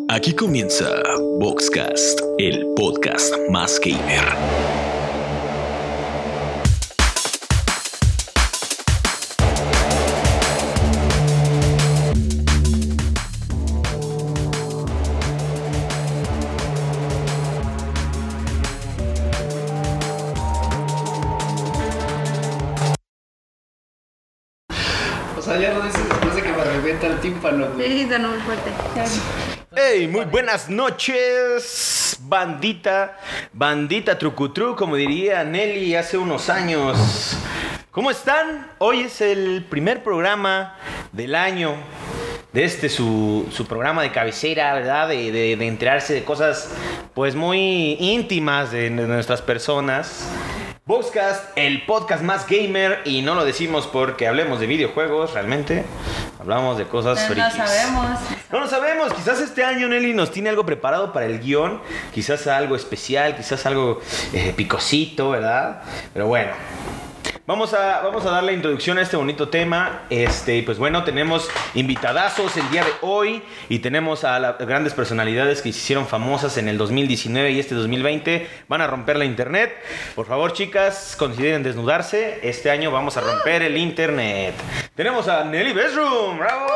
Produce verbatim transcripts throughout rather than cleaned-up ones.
Aquí comienza Boxcast, el podcast más gamer. O sea, ya lo dices después de que me revienta el tímpano, güey. Sí, sonó muy fuerte. Hey, muy buenas noches, bandita, bandita trucutru, como diría Nelly hace unos años. ¿Cómo están? Hoy es el primer programa del año de este su, su programa de cabecera, ¿verdad? De, de, de enterarse de cosas pues muy íntimas de, de nuestras personas. Boxcast, el podcast más gamer, y no lo decimos porque hablemos de videojuegos, realmente hablamos de cosas Pero no frikis. sabemos. No lo sabemos, quizás este año Nelly nos tiene algo preparado para el guión, quizás algo especial, quizás algo eh, picosito, ¿verdad? Pero bueno, vamos a, vamos a darle introducción a este bonito tema. Este, pues bueno, tenemos invitadazos el día de hoy y tenemos a las grandes personalidades que se hicieron famosas en el dos mil diecinueve y este dos mil veinte. Van a romper la internet. Por favor, chicas, consideren desnudarse. Este año vamos a romper el internet. Tenemos a Nelly Bedroom. ¡Bravo!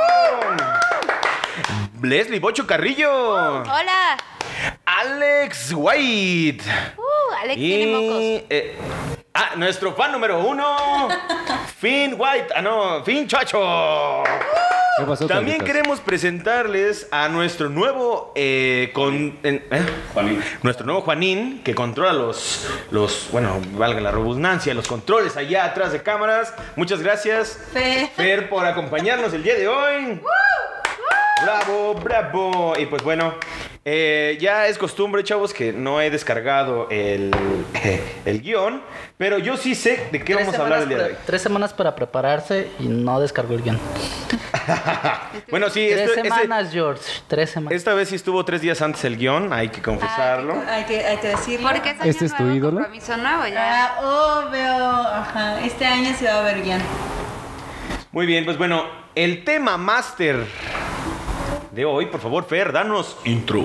Leslie Bocho Carrillo. Hola. Alex White. Uh, Alex tiene mocos. eh, ah, nuestro fan número uno, Finn White. Ah, no, Finn Chacho. ¿Qué pasó, También Carlitos? queremos presentarles a nuestro nuevo eh, con, en- ¿eh? Juanín. Nuestro nuevo Juanín, que controla los, los, bueno, valga la redundancia, los controles allá atrás de cámaras. Muchas gracias, Fer. Fer, por acompañarnos el día de hoy. Bravo, bravo. Y pues bueno, eh, ya es costumbre, chavos, que no he descargado el, el guión, pero yo sí sé de qué Tres vamos a hablar el día de hoy. para- Tres semanas para prepararse y no descargó el guión. Bueno, sí, Tres este- este- semanas, George. Tres semanas. esta vez sí estuvo tres días antes el guión, hay que confesarlo. Hay que, hay que decirlo. Porque es año ¿Este es tu nuevo, ídolo? compromiso nuevo ya. Ah, obvio. Ajá. Este año se va a ver bien. Muy bien, pues bueno, el tema máster de hoy, por favor, Fer, danos intro.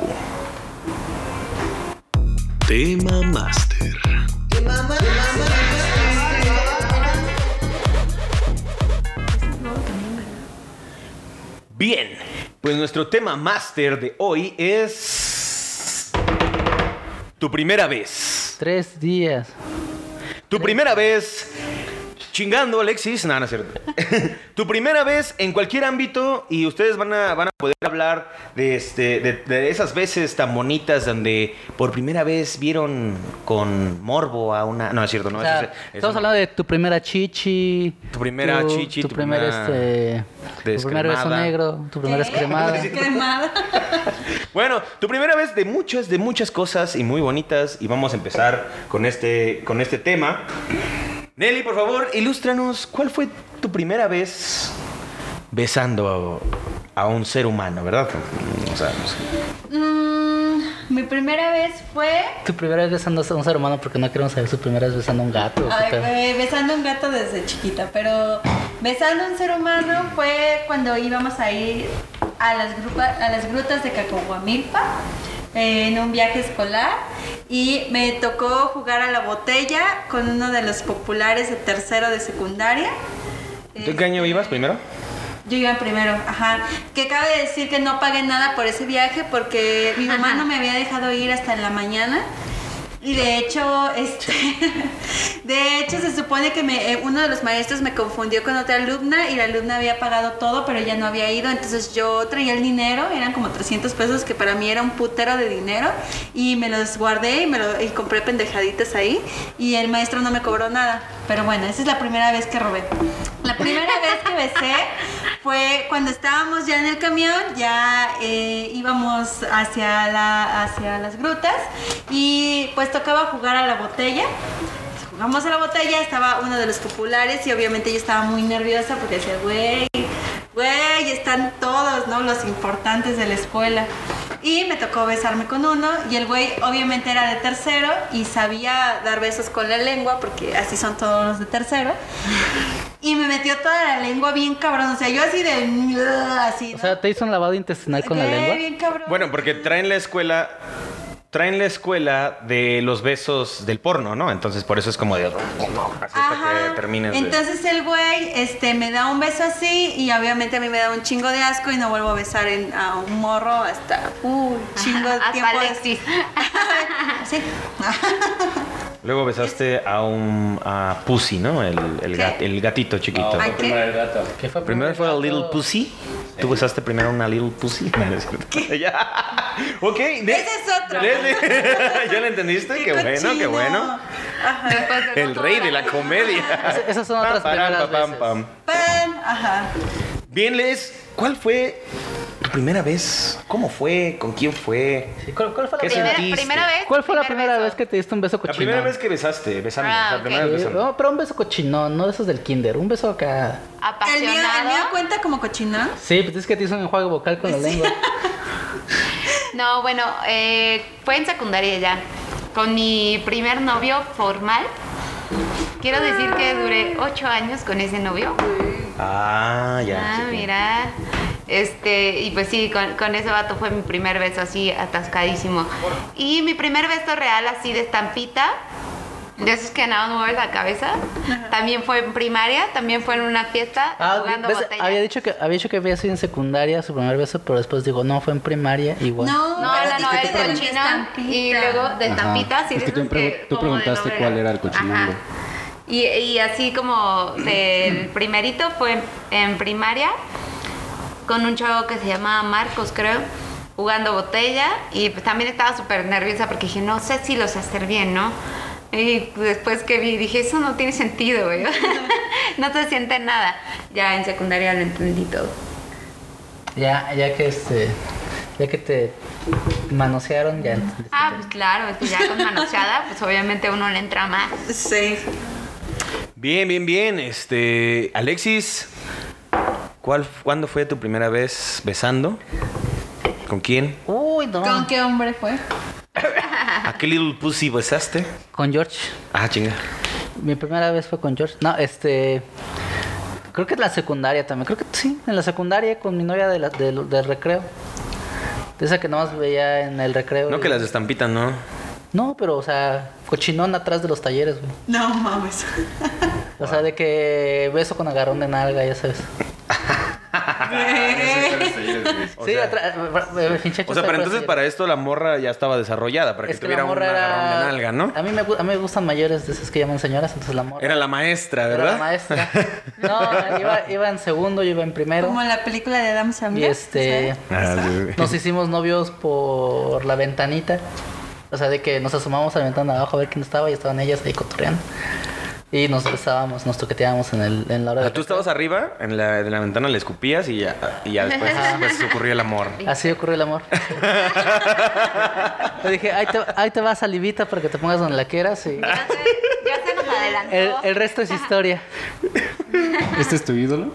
Tema Master. Bien, pues nuestro tema máster de hoy es tu primera vez. Tres días. Tu primera vez chingando, Alexis. No, no es cierto. Tu primera vez en cualquier ámbito y ustedes van a, van a poder hablar de, este, de, de esas veces tan bonitas donde por primera vez vieron con morbo a una... No, es cierto, no. O sea, eso es- eso estamos no. hablando de tu primera chichi. Tu primera chichi, Tu tu primer, primera este... Tu primer beso descremada. negro. Tu primera escremada. Cremada. Bueno, tu primera vez de muchas, de muchas cosas y muy bonitas. Y vamos a empezar con este, con este tema. Nelly, por favor, ilústranos. ¿Cuál fue tu primera vez besando a, a un ser humano, verdad? O sea, no sé. Mm, mi primera vez fue Tu primera vez besando a un ser humano porque no queremos saber su primera vez besando a un gato. ay, ¿qué pedo? eh, besando a un gato desde chiquita, pero besando a un ser humano fue cuando íbamos a ir a las, grupa- a las grutas de Cacahuamilpa eh, en un viaje escolar y me tocó jugar a la botella con uno de los populares de tercero de secundaria. ¿Tú en qué año ibas primero? Yo iba primero, ajá. Que cabe decir que no pagué nada por ese viaje porque mi mamá no me había dejado ir hasta en la mañana. Y de hecho, este, de hecho se supone que me, eh, uno de los maestros me confundió con otra alumna y la alumna había pagado todo, pero ella no había ido. Entonces yo traía el dinero, eran como trescientos pesos, que para mí era un putero de dinero, y me los guardé y me lo, y compré pendejaditas ahí. Y el maestro no me cobró nada. Pero bueno, esa es la primera vez que robé. La primera vez que besé fue cuando estábamos ya en el camión, ya eh, íbamos hacia, la, hacia las grutas y pues tocaba jugar a la botella. Jugamos a la botella, estaba uno de los populares y obviamente yo estaba muy nerviosa porque decía, güey, güey, están todos, ¿no? Los importantes de la escuela. Y me tocó besarme con uno y el güey obviamente era de tercero y sabía dar besos con la lengua porque así son todos los de tercero. y me metió toda la lengua bien cabrón. O sea, yo así de... así, ¿no? O sea, ¿te hizo un lavado intestinal con la Bien, lengua? bien cabrón. Bueno, porque traen la escuela... Traen la escuela de los besos del porno, ¿no? Entonces por eso es como de... Así hasta Ajá. que termines de... Entonces el güey este, me da un beso así y obviamente a mí me da un chingo de asco y no vuelvo a besar en- a un morro hasta un chingo de Hasta tiempo. Alexis. Sí. Luego besaste a un a Pussy, ¿no? El, el, ¿Qué? gat- el gatito chiquito. Ay, No, primero el gato. ¿Qué fue Primero fue a gato? Little Pussy. ¿Tú besaste primero a una Little Pussy? No, no es cierto. Ya. Ok. de- Ese es otro. Leslie, ¿ya lo entendiste? Qué, bueno, qué cochino. bueno. Ajá. Después de El dos rey de horas. la comedia. Es- esas son otras Pam, param, primeras pam, veces. pam. Pan, ajá. Bien, Les, ¿cuál fue tu primera vez? ¿Cómo fue? ¿Con quién fue? Sí, ¿Cuál, cuál fue la ¿Qué primera, sentiste? Primera, primera vez. ¿Cuál fue la primer primera beso. vez que te diste un beso La cochino? primera vez que besaste, besando. Ah, la ok. primera vez Sí, besando. no, pero un beso cochinón, no de esos del kinder. Un beso acá... ¿El mío, Apasionado. ¿El mío cuenta como cochinón? Sí, pues es que te hizo un enjuague vocal con la lengua. No, bueno, eh, fue en secundaria ya. Con mi primer novio formal. Quiero decir que duré ocho años con ese novio. Ah, ya. Ah, sí, sí. mira. Este, y pues sí, con, con ese vato fue mi primer beso así atascadísimo. Y mi primer beso real así de estampita, de esos que nada más mueves la cabeza, también fue en primaria, también fue en una fiesta Ah, jugando ¿ves? botella. Había dicho que había dicho que había sido en secundaria su primer beso, pero después digo, no, fue en primaria igual. No, No, pero no, no, dijiste es de de cochino estampita. y luego de Ajá. estampita. sí, Es de que tú esos pregu- tú como de preguntaste novela. cuál era el cochinongo. Ajá. Y, y así como del primerito fue en primaria con un chavo que se llamaba Marcos, creo, jugando botella y pues también estaba súper nerviosa porque dije, no sé si lo sé hacer bien, ¿no? Y después que vi, dije, eso no tiene sentido, güey. No se siente nada. Ya en secundaria lo entendí todo. Ya, ya que este, ya que te manosearon, ya. entendiste. Ah, pues claro, es que ya con manoseada, pues obviamente uno le entra más. Sí. Bien, bien, bien. Este, Alexis, ¿cuál, ¿cuándo fue tu primera vez besando? ¿Con quién? Uy, no. ¿Con qué hombre fue? ¿A qué Little Pussy besaste? Con George. Ah, chinga. Mi primera vez fue con George. No, este. Creo que en la secundaria también. Creo que sí, en la secundaria con mi novia de la- del- del recreo. De esa que nomás veía en el recreo. No y- que las estampitas, ¿no? No, pero, o sea, cochinón atrás de los talleres, güey. No mames. O sea, de que beso con agarrón de nalga, ya sabes. O sí, sea- atrás. eh, pinche O sea, pero entonces para esto la morra ya estaba desarrollada, para que es que tuviera la un morra agarrón era... de nalga, ¿no? A mí, me, gu- a mí me gustan mayores de esas que llaman señoras, entonces la morra... Era la maestra, era ¿verdad? la maestra. No, iba, iba en segundo, yo iba en primero. Como la película de Adam Sandler. Y este... Ah, sí. Nos hicimos novios por la ventanita. O sea, de que nos asomamos a la ventana de abajo a ver quién estaba y estaban ellas ahí cotorreando. Y nos besábamos, nos toqueteábamos en, el, en la hora O de... sea, tú estabas arriba, en la, en la ventana le escupías y ya, y ya después, después se ocurrió el amor. Así ocurrió el amor. Le dije, ahí te, ahí te va salivita para que te pongas donde la quieras y... Ya se, ya se nos adelantó. El, el resto es historia. ¿Este es tu ídolo?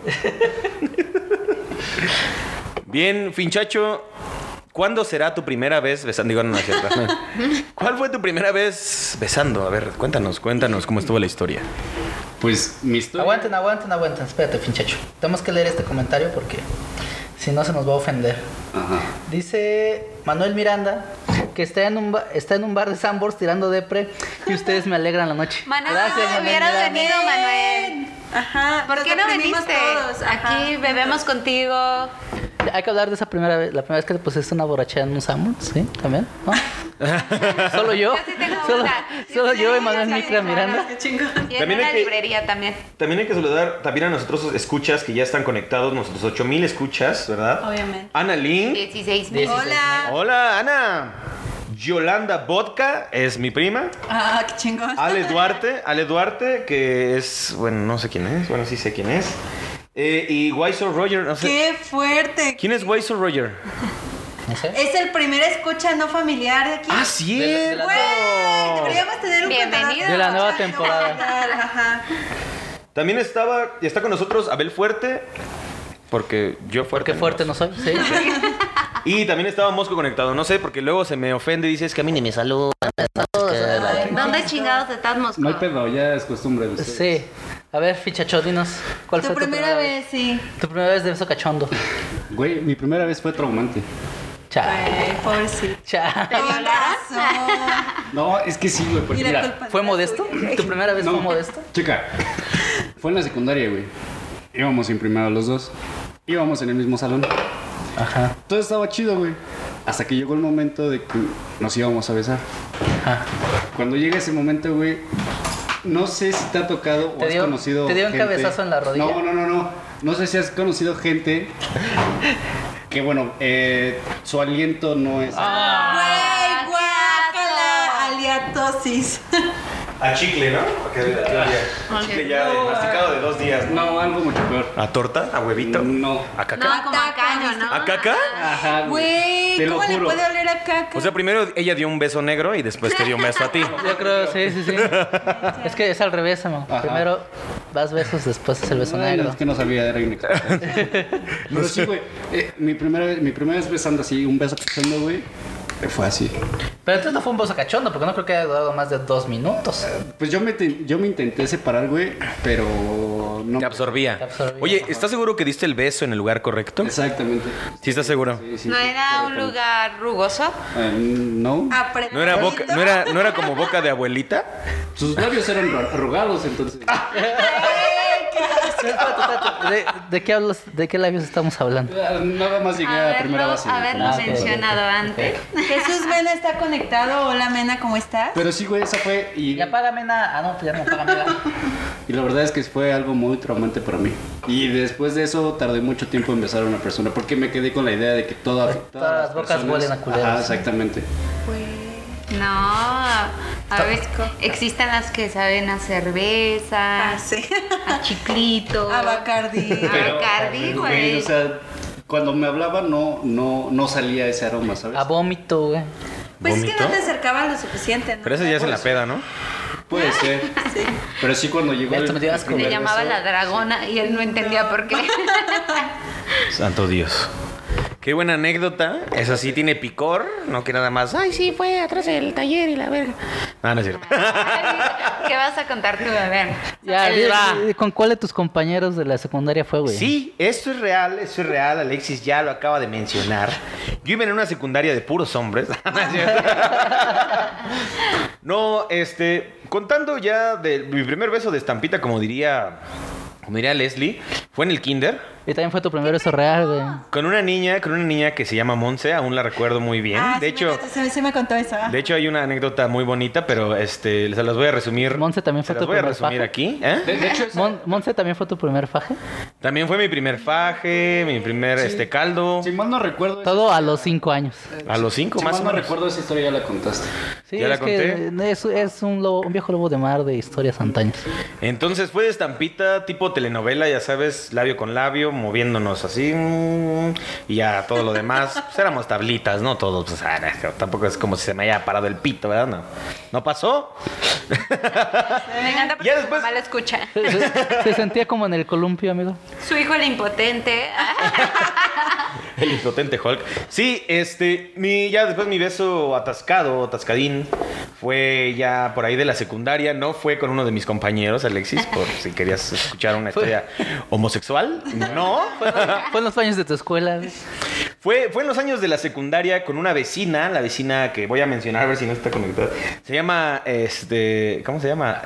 Bien, Finchacho, ¿cuándo será tu primera vez besando? Digo, no, no es cierto. ¿Cuál fue tu primera vez besando? A ver, cuéntanos, cuéntanos cómo estuvo la historia. Pues mi historia... Aguanten, aguanten, aguanten. Espérate, finchacho. Tenemos que leer este comentario porque si no se nos va a ofender. Ajá. Dice Manuel Miranda que está en un, ba- está en un bar de Sambors tirando depre y ustedes me alegran la noche. Manuel, Manuel hubieras Miranda. venido, Manuel. Ajá. ¿Por nos qué no deprimimos viniste? todos, ajá. Aquí bebemos contigo. Hay que hablar de esa primera vez, la primera vez que te pusiste una borrachera en un Sambors, ¿sí? ¿También? ¿No? ¿Solo yo? Yo sí tengo ¿Solo, una. solo Sí, yo y yo Manuel sí Micra tengo Miranda? Qué chingón. Y en También una hay que- librería también. También hay que saludar también a nosotros escuchas que ya están conectados, nosotros ocho mil escuchas, ¿verdad? Obviamente. Ana Lin. dieciséis mil. Hola. Hola, Ana. Yolanda Vodka es mi prima. Ah, qué chingón. Ale Duarte, Ale Duarte, que es, bueno, no sé quién es, bueno, sí sé quién es. Eh, y Wiser Roger, no sé. Qué fuerte. ¿Quién es Wiser Roger? No sé. Es el primer escucha no familiar de aquí. Ah, sí. De la- de la- Güey, deberíamos tener un Bienvenido. contador De la nueva escucha no temporada. familiar, Ajá. También estaba, y está con nosotros Abel Fuerte, porque yo fuerte. Porque fuerte no soy, sí. Y también estaba Mosco conectado, no sé, porque luego se me ofende y dices que a mí ni me saludan. ¿Dónde chingados estás, Mosco? No hay pedo, ya es costumbre de ustedes. Sí. A ver, Fichacho, dinos. ¿Cuál Tu fue tu primera vez, sí. Tu primera vez de beso cachondo. Güey, mi primera vez fue traumante. Cha. Ay, pobrecito. Cha. Con razón. No, es que sí, güey, porque Y la mira, culpa ¿Fue es la modesto? suya. ¿Tu primera vez No. fue modesto? checa, fue en la secundaria, güey. Íbamos en primero los dos. Íbamos en el mismo salón. Ajá. Todo estaba chido, güey. Hasta que llegó el momento de que nos íbamos a besar. Ajá. Cuando llega ese momento, güey, no sé si te ha tocado o ¿Te has dio- conocido te dio un gente- cabezazo en la rodilla? No, no, no, no. No sé si has conocido gente que, bueno, eh, su aliento no es... Güey, guácala, aliatosis. A chicle, ¿no? A chicle ya de- masticado de dos días, ¿no? No, algo mucho peor. ¿A torta? ¿A huevito? No. ¿A caca? No, como a caño, ¿no? ¿A caca? Ajá, Güey, Te lo ¿cómo le juro. puede oler a caca? O sea, primero ella dio un beso negro y después te dio un beso a ti. Yo creo, sí, sí, sí. Es que es al revés, amo. Ajá. Primero das besos, después es el beso Bueno, negro. es que no sabía, era inexperiente. Pero sí, güey. eh, mi, primera, vez- mi primera vez besando así, un beso cachondo, güey, eh, fue así. Pero entonces no fue un beso cachondo, porque no creo que haya durado más de dos minutos. Pues yo me, te- yo me intenté separar, güey, pero no. Te absorbía. Te absorbía. Oye, ¿estás seguro que diste el beso en el lugar correcto? Exactamente. ¿Sí estás seguro? Sí, sí, ¿No sí, era un correcto. lugar rugoso? Eh, no. Apretadito. ¿No era, boca, no, era, ¿No era como boca de abuelita? Sus labios eran ru- arrugados, entonces. Espérate, espérate. ¿De, de qué hablas? ¿De qué labios estamos hablando? Ah, Nada más llegué a, primera Haberlo, base. haberlo Ah, ok, mencionado ok, ok. antes. Jesús Mena está conectado. Hola, Mena, ¿cómo estás? Pero sí, güey, esa fue. Y, Y apágame nada. Ah, no, pues ya no apágame nada. y la verdad es que fue algo muy traumante para mí. Y después de eso tardé mucho tiempo en besar a una persona. Porque me quedé con la idea de que toda, Pues todas las bocas huelen a culeros. Ajá, exactamente. No, a ver, existen las que saben a cerveza, Ah, sí. a chiclito, A Bacardi. a Bacardi, güey. O sea, cuando me hablaba no, no, no salía ese aroma, ¿sabes? A vómito, güey. Pues es que ¿Vómito? no te acercabas lo suficiente, ¿no? Pero esa ya es en la peda, ¿no? Puede ser. Sí. Pero sí cuando llegó Esto el, me dio asco. el Le primer llamaba beso- la dragona y él no entendía por qué. Santo Dios. Qué buena anécdota. Esa sí tiene picor, no que nada más. Ay, sí, fue atrás del taller y la verga. No, no es cierto. ¿Qué vas a contar tú? A ver. Ya, Ahí di- va. di- ¿con cuál de tus compañeros de la secundaria fue, güey? Sí, esto es real, esto es real. Alexis ya lo acaba de mencionar. Yo iba en una secundaria de puros hombres. No, es cierto. No, este, contando ya de mi primer beso de estampita, como diría, como diría Leslie, fue en el kinder. Y también fue tu primer beso real, güey. Con una niña, con una niña que se llama Monse, aún la recuerdo muy bien. Ah, de sí hecho, me, se, se me contó eso. ah. de hecho hay una anécdota muy bonita, pero este, se las voy a resumir. Monse también fue se tu las voy a primer resumir faje. aquí. ¿eh? De, de hecho, esa- Mon- ¿Monse también fue tu primer faje? También fue mi primer faje, mi primer este caldo. si mal no recuerdo. esa- Todo a los cinco años. A los cinco si más mal o no menos. recuerdo esa historia, ya la contaste. Sí, ¿Ya la es que es, es un, lobo- un viejo lobo de mar de historias antañas. Entonces fue de estampita tipo telenovela, ya sabes, labio con labio, moviéndonos así. mm, Y ya todo lo demás, pues éramos tablitas, ¿no? Todos, o sea, no, tampoco es como si se me haya parado el pito, ¿verdad? No, no pasó. Me encanta porque Ya su después- mamá lo escucha. Se, se- se sentía como en el columpio, amigo. Su hijo el impotente. El impotente Hulk. Sí, este, mi, ya después mi beso atascado, atascadín, fue ya por ahí de la secundaria. No fue con uno de mis compañeros, Alexis, por si querías escuchar una historia homosexual. No. Fue en los años de tu escuela, güey. Fue, fue en los años de la secundaria con una vecina, la vecina que voy a mencionar, a ver si no está conectada. Se llama, este, ¿cómo se llama?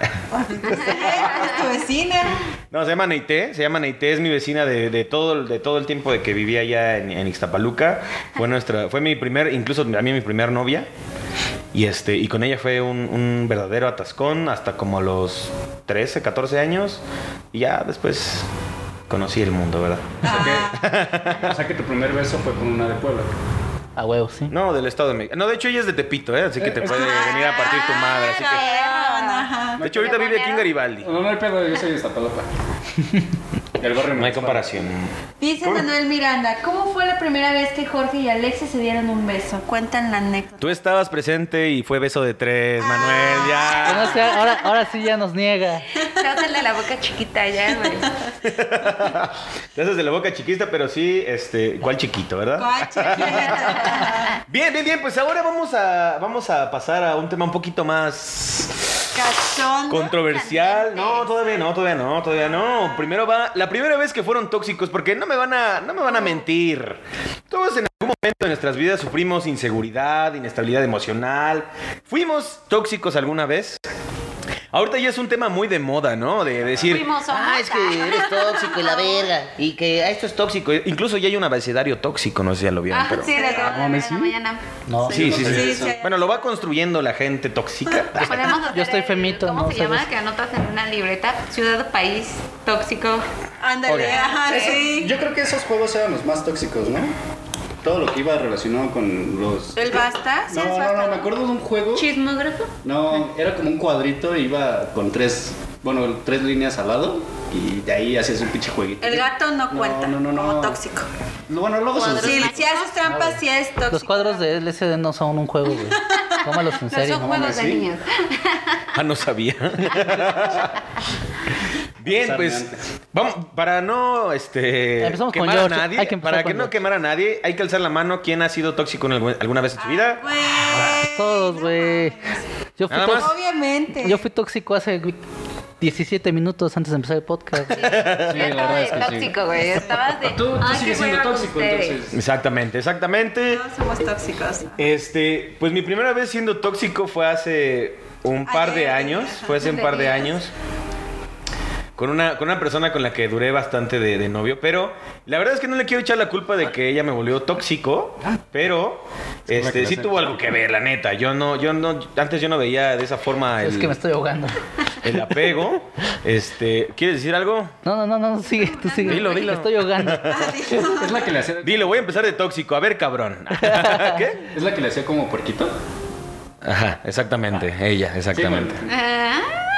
Es tu vecina. No, se llama Neité, se llama Neité, es mi vecina de, de, todo, el- de todo el tiempo de que vivía allá en, en Ixtapaluca. Fue nuestra, fue mi primer, incluso a mí mi primer novia. Y este, y con ella fue un, un verdadero atascón hasta como los trece, catorce años. Y ya después conocí el mundo, ¿verdad? O sea que tu primer beso fue con una de Puebla. A huevo, sí. No, del Estado de México. No, de hecho ella es de Tepito, ¿eh? Así que te puede venir a partir tu madre. Así que... Ajá. De hecho ahorita vive aquí en Garibaldi. No, no hay pedo, yo soy de Iztapalapa. Del barrio No hay Municipal. comparación. Dice Manuel Miranda, ¿cómo fue la primera vez que Jorge y Alexis se dieron un beso? Cuentan la anécdota. Tú estabas presente y fue beso de tres, Manuel, Que ya. no sea- ahora, ahora sí ya nos niega. Se hace el de la boca chiquita ya, güey. Te haces de la boca chiquita, pero sí, este, ¿cuál chiquito, verdad? ¿Cuál chiquita? Bien, bien, bien, pues ahora vamos a, vamos a pasar a un tema un poquito más Cachón. Controversial. No, todavía no, todavía no, todavía no. Primero va la primera vez que fueron tóxicos, porque no me van a, no me van a mentir. Todos en algún momento de nuestras vidas sufrimos inseguridad, inestabilidad emocional. ¿Fuimos tóxicos alguna vez? Ahorita ya es un tema muy de moda, ¿no? De decir, Fuimos ah, es que eres tóxico y la verga. Y que esto es tóxico. Incluso ya hay un abecedario tóxico, no sé si ya lo vieron, Ah, pero... sí, de la mames, de sí. la mañana. No. Sí, sí, sí. Sí, sí. Bueno, lo va construyendo la gente tóxica. Podemos hacer Yo estoy el- femito, ¿Cómo no se sé llama? eso. Que anotas en una libreta. Ciudad, país, tóxico. Ándale, Ok. ajá, Eso- sí. Yo creo que esos juegos eran los más tóxicos, ¿no? Todo lo que iba relacionado con los... ¿El basta? Sí, No, es no, basta. no, me acuerdo de un juego... Chismógrafo. No, era como un cuadrito, iba con tres, bueno, tres líneas al lado y de ahí hacías un pinche jueguito. El gato no No, cuenta no, no, no. como tóxico. Bueno, luego se... Sí, si haces trampas, sí es tóxico. Los cuadros de L S D no son un juego, güey. Tómalos en No serio, son no juegos mames. de ¿sí? niños. Ah, no sabía. Bien, pues vamos, para no este Empezamos con quemar a George. nadie, Hay que empezar para con que no George. quemar a nadie, hay que alzar la mano. ¿Quién ha sido tóxico en algún- alguna vez en su vida? Güey, Todos, güey. Yo fui Nada tóxico. más. obviamente. Yo fui tóxico hace diecisiete minutos antes de empezar el podcast. Sí, Yo la estaba verdad de es que sí. tóxico, güey. Estabas de. Tú, tú "Ay, sigues qué siendo hueva tóxico, ustedes". entonces. Exactamente, exactamente. Todos somos tóxicos. Este, pues mi primera vez siendo tóxico fue hace un par de Ayer, años, ajá. fue hace un De par de días. años. Con una, con una persona con la que duré bastante de, de novio, pero la verdad es que no le quiero echar la culpa de que ella me volvió tóxico, pero este sí tuvo algo que ver, la neta. Yo no, yo no, antes yo no veía de esa forma Es el, que me estoy ahogando. el apego. Este, ¿quieres decir algo? No, no, no, no, sigue, tú sigue. Dilo, dilo. Me estoy ahogando. Es la que le hacía... Dilo, voy a empezar de tóxico. A ver, cabrón. ¿Qué? Es la que le hacía como puerquito. Ajá, exactamente, ella, exactamente. Sí, Ah.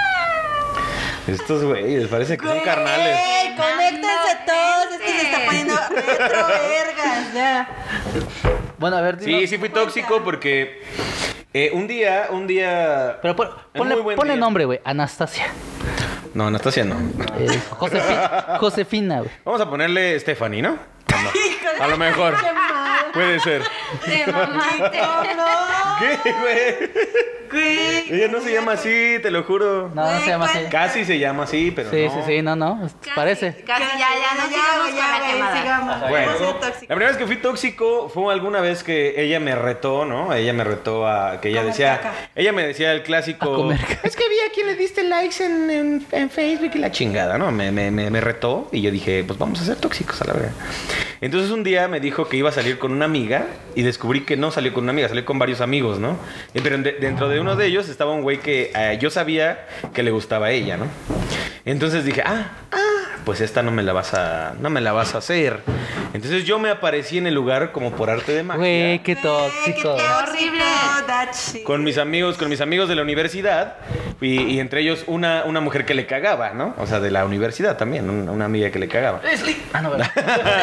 Estos güeyes, parece que son Güey, carnales. conéctense todos. Es que se está gente. poniendo retro vergas, ya. Bueno, a ver, dilo. Sí, sí fui tóxico porque eh, un día, un día... Pero pon- Un ponle, muy buen ponle día. nombre, güey. Anastasia. No, Anastasia no. Eh, Josefi- Josefina, güey. Vamos a ponerle Stephanie, ¿no? Híjole, A lo mejor. qué mal. Puede ser. Te mamaste. No, ¿Qué, güey? güey. Ella no se llama así, te lo juro. No, no se llama así. Casi se llama así, pero Sí, no. sí, sí, no, no. Casi, Parece. Casi, ya, ya, no sigamos güey, con ya, la güey, quemada. sigamos. Bueno, Hemos sido la tóxicos. primera vez que fui tóxico fue alguna vez que ella me retó, ¿no? Ella me retó a que ella Comer decía, caca. ella me decía el clásico, A comer caca. es que vi a quien le diste likes en, en, en Facebook y la chingada, ¿no? Me, me, me, me retó y yo dije, pues vamos a ser tóxicos a la verdad. Entonces un día me dijo que iba a salir con una amiga y descubrí que no salió con una amiga, salió con varios amigos, ¿no? Y Pero de- dentro de uno de ellos estaba un güey que eh, yo sabía que le gustaba a ella, ¿no? Entonces dije, ah, ah, pues esta no me la vas a, no me la vas a hacer. Entonces yo me aparecí en el lugar como por arte de magia. Güey, qué Güey, qué tóxico. horrible. that shit. Con mis amigos, con mis amigos de la universidad y, y entre ellos una, una mujer que le cagaba, ¿no? O sea, de la universidad también, un- una amiga que le cagaba. Ah, no, ¿verdad?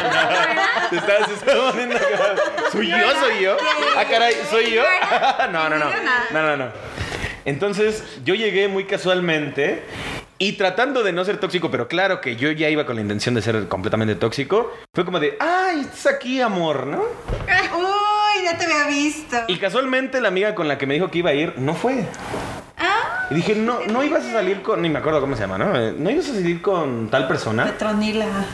Se está, se está poniendo acá. ¿Soy yo? ¿Soy yo? Ah, caray, ¿soy yo? No, no, no. No, no, no. Entonces, yo llegué muy casualmente y tratando de no ser tóxico, pero claro que yo ya iba con la intención de ser completamente tóxico, fue como de, ¡ay, estás aquí, amor!, ¿no? Uy, ya te había visto. Y casualmente la amiga con la que me dijo que iba a ir no fue. Y dije, no, no ibas a salir con, ni me acuerdo cómo se llama, ¿no? Eh, No ibas a salir con tal persona. Petronila, ajá.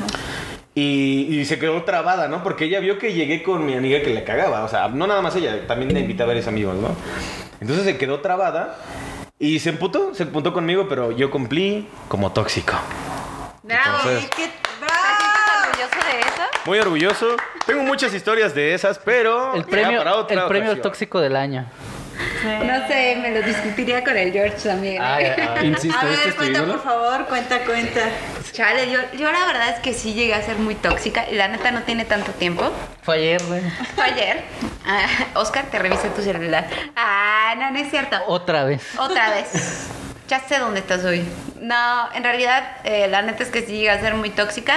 Y, y se quedó trabada, ¿no? Porque ella vio que llegué con mi amiga que le cagaba. O sea, no nada más ella, también le invité a varios amigos, ¿no? Entonces se quedó trabada y se emputó, se emputó conmigo, pero yo cumplí como tóxico. Bravo. Entonces- ¿Qué? ¿Te ¡Bravo! sientes orgulloso de eso? Muy orgulloso. Tengo muchas historias de esas, pero El ya premio, para otra el premio ocasión. tóxico del año. No sé, me lo discutiría con el George también. Ay, ay. Insisto, A ¿este ver, es tu cuenta, ídolo? por favor, cuenta, cuenta. Chale, yo, yo la verdad es que sí llegué a ser muy tóxica y la neta no tiene tanto tiempo. Fue ayer, güey. Fue ayer. Ah, Oscar, te revisé tu celular. Ah, no, no es cierto. Otra vez. Otra vez. Ya sé dónde estás hoy. No, en realidad, eh, la neta es que sí llegué a ser muy tóxica.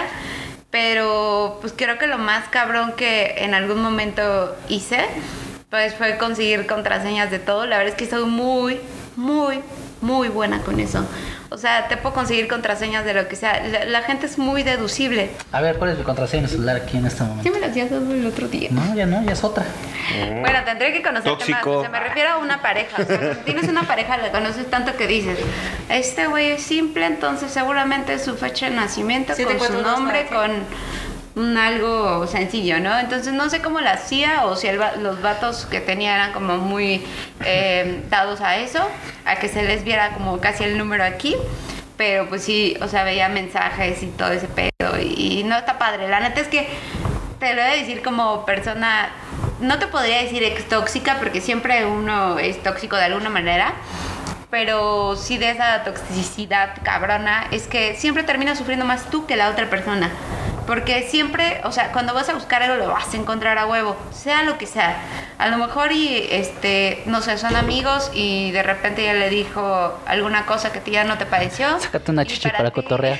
Pero pues creo que lo más cabrón que en algún momento hice, pues fue conseguir contraseñas de todo. La verdad es que soy muy, muy, muy buena con eso. O sea, te puedo conseguir contraseñas de lo que sea. La, la gente es muy deducible. A ver, ¿cuál es mi contraseña en el celular aquí en este momento? Sí me lo hacías dado el otro día. No, ya no, ya es otra. Bueno, tendré que conocerte Tóxico. más. O sea, me refiero a una pareja. O sea, si tienes una pareja, la conoces tanto que dices, este güey es simple, entonces seguramente su fecha de nacimiento, Siete, con cuatro, su dos, nombre, nueve. con un algo sencillo, ¿no? Entonces no sé cómo la hacía o si el va- los vatos que tenía eran como muy eh, dados a eso, a que se les viera como casi el número aquí. Pero pues sí, o sea, veía mensajes y todo ese pedo y, y no está padre. La neta es que te lo voy a decir como persona, no te podría decir ex tóxica porque siempre uno es tóxico de alguna manera, pero sí de esa toxicidad cabrona es que siempre terminas sufriendo más tú que la otra persona. Porque siempre, o sea, cuando vas a buscar algo lo vas a encontrar a huevo, sea lo que sea. A lo mejor y, este, no sé, son amigos y de repente ella le dijo alguna cosa que a ti ya no te pareció. Sácate una y chichi para ti- cotorrear.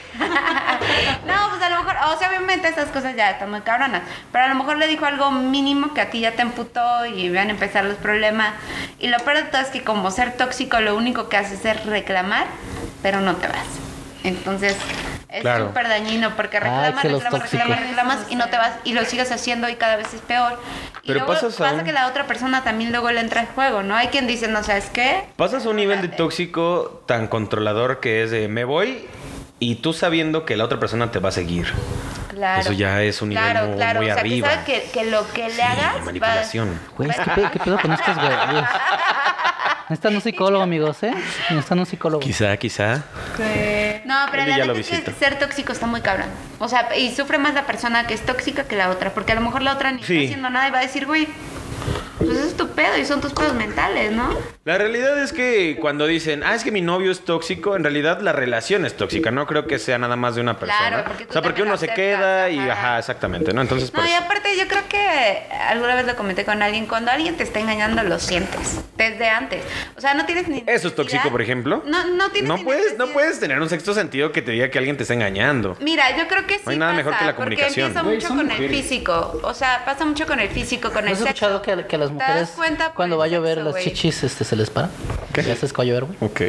No, pues a lo mejor, o sea, obviamente esas cosas ya están muy cabronas, pero a lo mejor le dijo algo mínimo que a ti ya te emputó y van a empezar los problemas. Y lo peor de todo es que como ser tóxico lo único que haces es reclamar, pero no te vas. Entonces es Claro. súper dañino porque Ay, reclamas, que los reclamas, reclamas, tóxicos. reclamas y no te vas y lo sigues haciendo y cada vez es peor. Y Pero luego pasas a pasa un- que la otra persona también luego le entra en juego, ¿no? Hay quien dice, no sabes qué. Pasas a un nivel de tóxico tan controlador que es de me voy y tú sabiendo que la otra persona te va a seguir. Claro. Eso ya es un nivel claro, muy- claro. muy o sea, arriba. que sabes que, que lo que le Sí, hagas va- manipulación. Güey, ¿qué, pe- qué pedo con estos güeyes? Necesitan un psicólogo, amigos, ¿eh? Necesitan un psicólogo. Quizá, quizá. No, pero Eli la ya neta lo es que visito. ser tóxico está muy cabrón. O sea, y sufre más la persona que es tóxica que la otra. Porque a lo mejor la otra ni Sí. está haciendo nada y va a decir, güey, pues eso es tu pedo y son tus pedos mentales, ¿no? La realidad es que cuando dicen, ah, es que mi novio es tóxico, en realidad la relación es tóxica. No creo que sea nada más de una persona. Claro, porque tú o sea, porque también uno lo se aceptas, queda y, ajá. ajá, exactamente, ¿no? Entonces, No, pues, y aparte yo creo que alguna vez lo comenté con alguien, cuando alguien te está engañando lo sientes desde antes. O sea, no tienes ni eso es tóxico, necesidad- por ejemplo. No, no tienes No ni puedes, no necesidad- puedes tener un sexto sentido que te diga que alguien te está engañando. Mira, yo creo que sí No hay nada mejor pasa, que la porque comunicación. empieza Güey, mucho son con mujeres. el físico. O sea, pasa mucho con el físico, con ¿No el has sexo. escuchado que, que a las ¿Te das mujeres cuenta por cuando el va a llover sexo, las güey? chichis este, se les para? ¿Qué haces que va a llover, güey? Ok.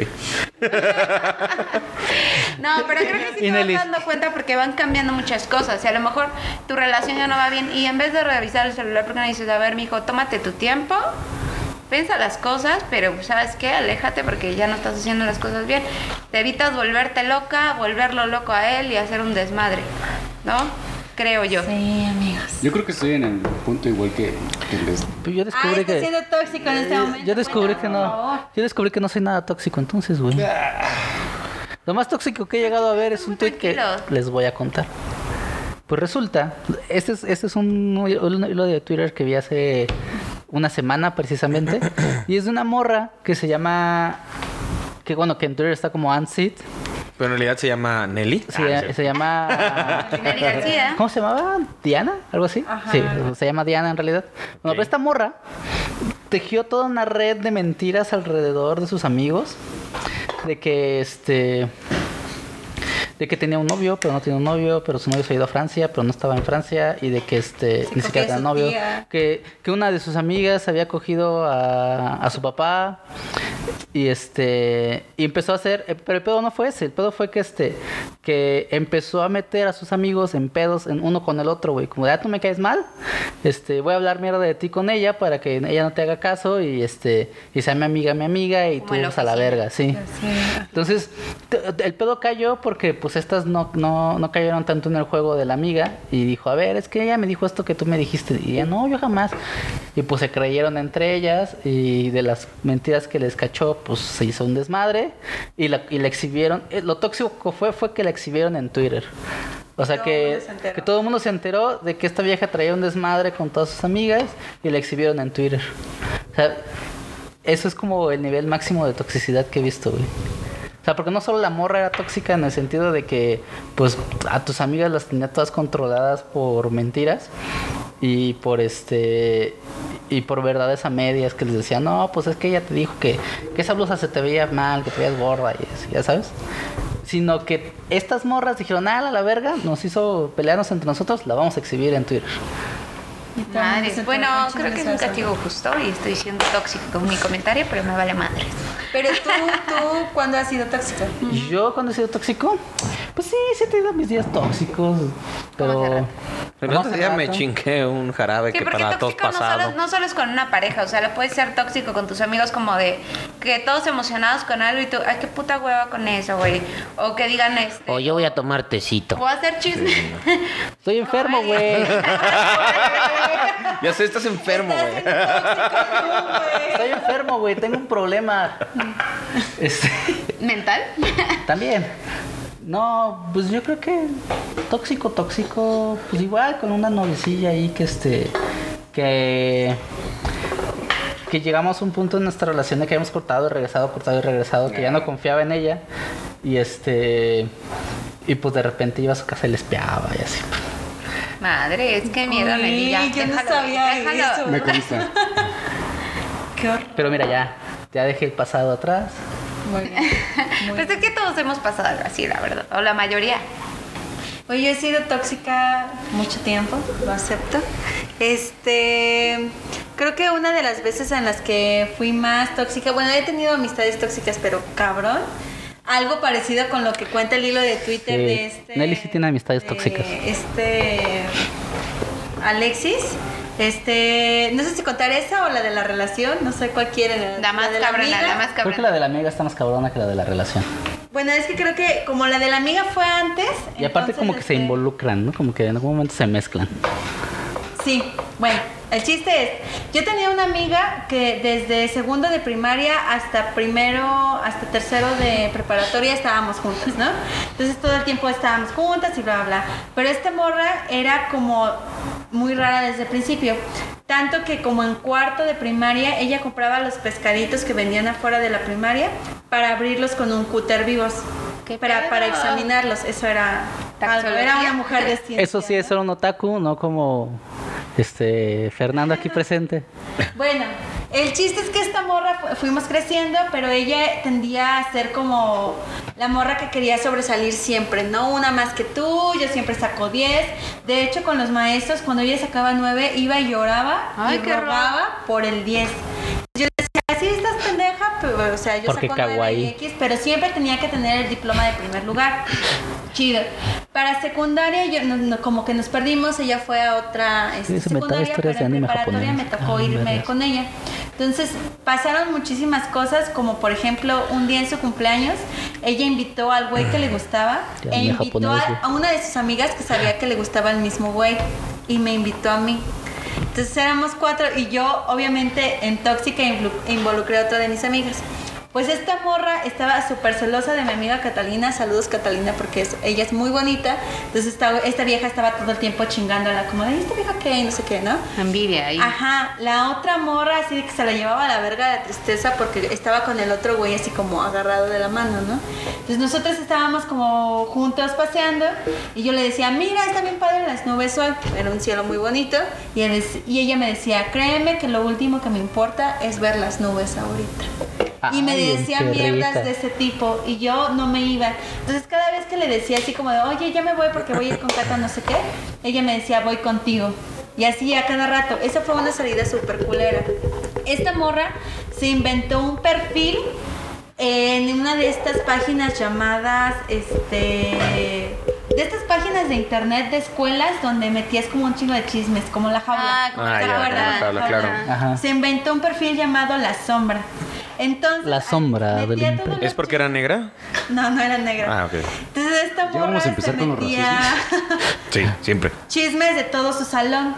No, pero creo que sí Y te vas Nelly. dando cuenta porque van cambiando muchas cosas. Y a lo mejor tu relación ya no va bien. Y en vez de revisar el celular, porque no dices, a ver, mijo, tómate tu tiempo, piensa las cosas, pero ¿sabes qué? Aléjate porque ya no estás haciendo las cosas bien. Te evitas volverte loca, volverlo loco a él y hacer un desmadre, ¿no? Creo yo. Sí, amigos. Yo creo que estoy en el punto igual que, que les... Pues yo Ah, descubrí está que... siendo tóxico en este momento. Yo descubrí Bueno, que por favor. no. Yo descubrí que no soy nada tóxico, entonces, güey. Lo más tóxico que he llegado a ver es un tweet que tranquilos. les voy a contar. Pues resulta, este es, este es un, un hilo de Twitter que vi hace una semana precisamente. Y es de una morra que se llama. Que bueno, que en Twitter está como Ansit. Pero en realidad se llama Nelly. Se, Ah, sí. se llama. Nelly García. ¿Cómo se llamaba? ¿Diana? ¿Algo así? Ajá. Sí, se llama Diana en realidad. Bueno, Ok. pero esta morra tejió toda una red de mentiras alrededor de sus amigos. De que este. De que tenía un novio, pero no tenía un novio, pero su novio se ha ido a Francia, pero no estaba en Francia, y de que este Se ni siquiera cogía a tenía su novio. tía. Que, que una de sus amigas había cogido a, a su papá. Y este. Y empezó a hacer. eh, Pero el pedo no fue ese. El pedo fue que este. Que empezó a meter a sus amigos en pedos en uno con el otro, güey. Como de, ah, tú me caes mal. Este, voy a hablar mierda de ti con ella para que ella no te haga caso. Y este. Y sea mi amiga, mi amiga. Y Como tú en la vas a la oficina. verga, sí. Sí. Entonces, t- el pedo cayó porque pues estas no, no, no cayeron tanto en el juego de la amiga. Y dijo, a ver, es que ella me dijo esto que tú me dijiste. Y ella, no, yo jamás. Y pues se creyeron entre ellas. Y de las mentiras que les cachó, pues se hizo un desmadre. Y la, y la exhibieron. Eh, Lo tóxico fue, fue que la exhibieron en Twitter. O sea Todo que, el mundo se enteró. que todo el mundo se enteró de que esta vieja traía un desmadre con todas sus amigas. Y la exhibieron en Twitter. O sea, eso es como el nivel máximo de toxicidad que he visto, güey. O sea, porque no solo la morra era tóxica en el sentido de que, pues, a tus amigas las tenía todas controladas por mentiras y por este y por verdades a medias que les decían, no, pues es que ella te dijo que, que esa blusa se te veía mal, que te veías gorda y eso, ya sabes. Sino que estas morras dijeron, ah, a la verga, nos hizo pelearnos entre nosotros, la vamos a exhibir en Twitter. Madres. Bueno, creo que es un castigo justo y estoy siendo tóxico con mi comentario, pero me vale madre. Pero tú, tú, ¿cuándo has sido tóxico? ¿Yo cuando he sido tóxico? Pues sí, sí he tenido mis días tóxicos. Pero. El como otro hace día me rato. chingué un jarabe Sí, que porque para todos tóxico no pasado. solo, no solo es con una pareja, o sea, lo puedes ser tóxico con tus amigos como de que todos emocionados con algo y tú, ay, qué puta hueva con eso, güey. O que digan este. O yo voy a tomar tecito. O hacer chisme. Estoy enfermo, Ay. güey. Ya sé, estás enfermo, Estás güey. siendo tóxico tú, güey. Estoy enfermo, güey. Tengo un problema. Este, ¿Mental? también. No, pues yo creo que tóxico, tóxico, pues igual con una novicilla ahí que este, que, que llegamos a un punto en nuestra relación de que habíamos cortado y regresado, cortado y regresado, que ya no confiaba en ella y este, y pues de repente iba a su casa y le espiaba y así. Madre, es que miedo, Uy, Nelly, ya, yo no déjalo, sabía déjalo. eso. Me consta. Qué horror. Pero mira, ya, ya dejé el pasado atrás. Muy bien. Muy Pues es que todos hemos pasado algo así, la verdad, o la mayoría. Oye, yo he sido tóxica mucho tiempo, lo acepto. Este, creo que una de las veces en las que fui más tóxica, bueno, he tenido amistades tóxicas, pero cabrón, algo parecido con lo que cuenta el hilo de Twitter Sí, de este. Nelly sí tiene amistades de tóxicas. Este, Alexis. Este, no sé si contar esa o la de la relación, no sé cuál quiere. La más de cabrona, amiga. la más Creo que cabrona. la de la amiga está más cabrona que la de la relación. Bueno, es que creo que como la de la amiga fue antes. Y aparte entonces, como que se este, involucran, ¿no? Como que en algún momento se mezclan. Sí, bueno, el chiste es, yo tenía una amiga que desde segundo de primaria hasta primero, hasta tercero de preparatoria estábamos juntas, ¿no? Entonces todo el tiempo estábamos juntas y bla, bla, bla. Pero esta morra era como muy rara desde el principio. Tanto que como en cuarto de primaria, ella compraba los pescaditos que vendían afuera de la primaria para abrirlos con un cúter vivos. ¿Qué Para, pedo? para examinarlos. Eso era algo. Era una mujer de ciencia. Eso sí es ser un otaku, no como este Fernando aquí presente. Bueno, el chiste es que esta morra fu- fuimos creciendo, pero ella tendía a ser como la morra que quería sobresalir siempre, ¿no? Una más que tú, yo siempre saco diez. De hecho, con los maestros, cuando ella sacaba nueve, iba y lloraba Ay, y qué rogaba por el diez. Yo decía, sí, estás pendeja, pero, o sea, yo Porque saco nueve kawaii. y X, pero siempre tenía que tener el diploma de primer lugar. Chido. Para secundaria, yo, no- no- como que nos perdimos, ella fue a otra este, Sí, se inventaba secundaria, historias pero de en anime preparatoria japonés. me tocó Ah, irme vergas. con ella. Entonces pasaron muchísimas cosas, como por ejemplo un día en su cumpleaños, ella invitó al güey que le gustaba Ya, e anime invitó japonés, a, güey. a una de sus amigas que sabía que le gustaba el mismo güey y me invitó a mí. Entonces éramos cuatro y yo obviamente en tóxica involu- involucré a otra de mis amigas. Pues esta morra estaba súper celosa de mi amiga Catalina. Saludos, Catalina, porque es- ella es muy bonita. Entonces esta, esta vieja estaba todo el tiempo chingándola, como de, ¿esta vieja qué? Y no sé qué, ¿no? Envidia ahí. Ajá, la otra morra así de que se la llevaba a la verga de tristeza porque estaba con el otro güey así como agarrado de la mano, ¿no? Entonces nosotros estábamos como juntos paseando y yo le decía, mira, está bien padre las nubes hoy. Era un cielo muy bonito y, él es- y ella me decía, créeme que lo último que me importa es ver las nubes ahorita. Y me Ay, decía qué mierdas risa. de ese tipo y yo no me iba. Entonces cada vez que le decía así como de, oye, ya me voy porque voy a ir con Cata no sé qué, ella me decía, voy contigo. Y así a cada rato. Esa fue una salida súper culera. Esta morra se inventó un perfil en una de estas páginas llamadas, este... de estas páginas de internet de escuelas donde metías como un chingo de chismes, como La Jaula. Ah, como Ah, ¿te ya, acuerdas? La Jaula, claro. Ajá. Se inventó un perfil llamado La Sombra. Entonces, La Sombra metía del todos Imperio. los ¿Es porque era negra? chismes- No, no era negra. Ah, ok. Entonces esta Ya vamos morra a empezar se con los metía Sí, siempre. chismes de todo su salón.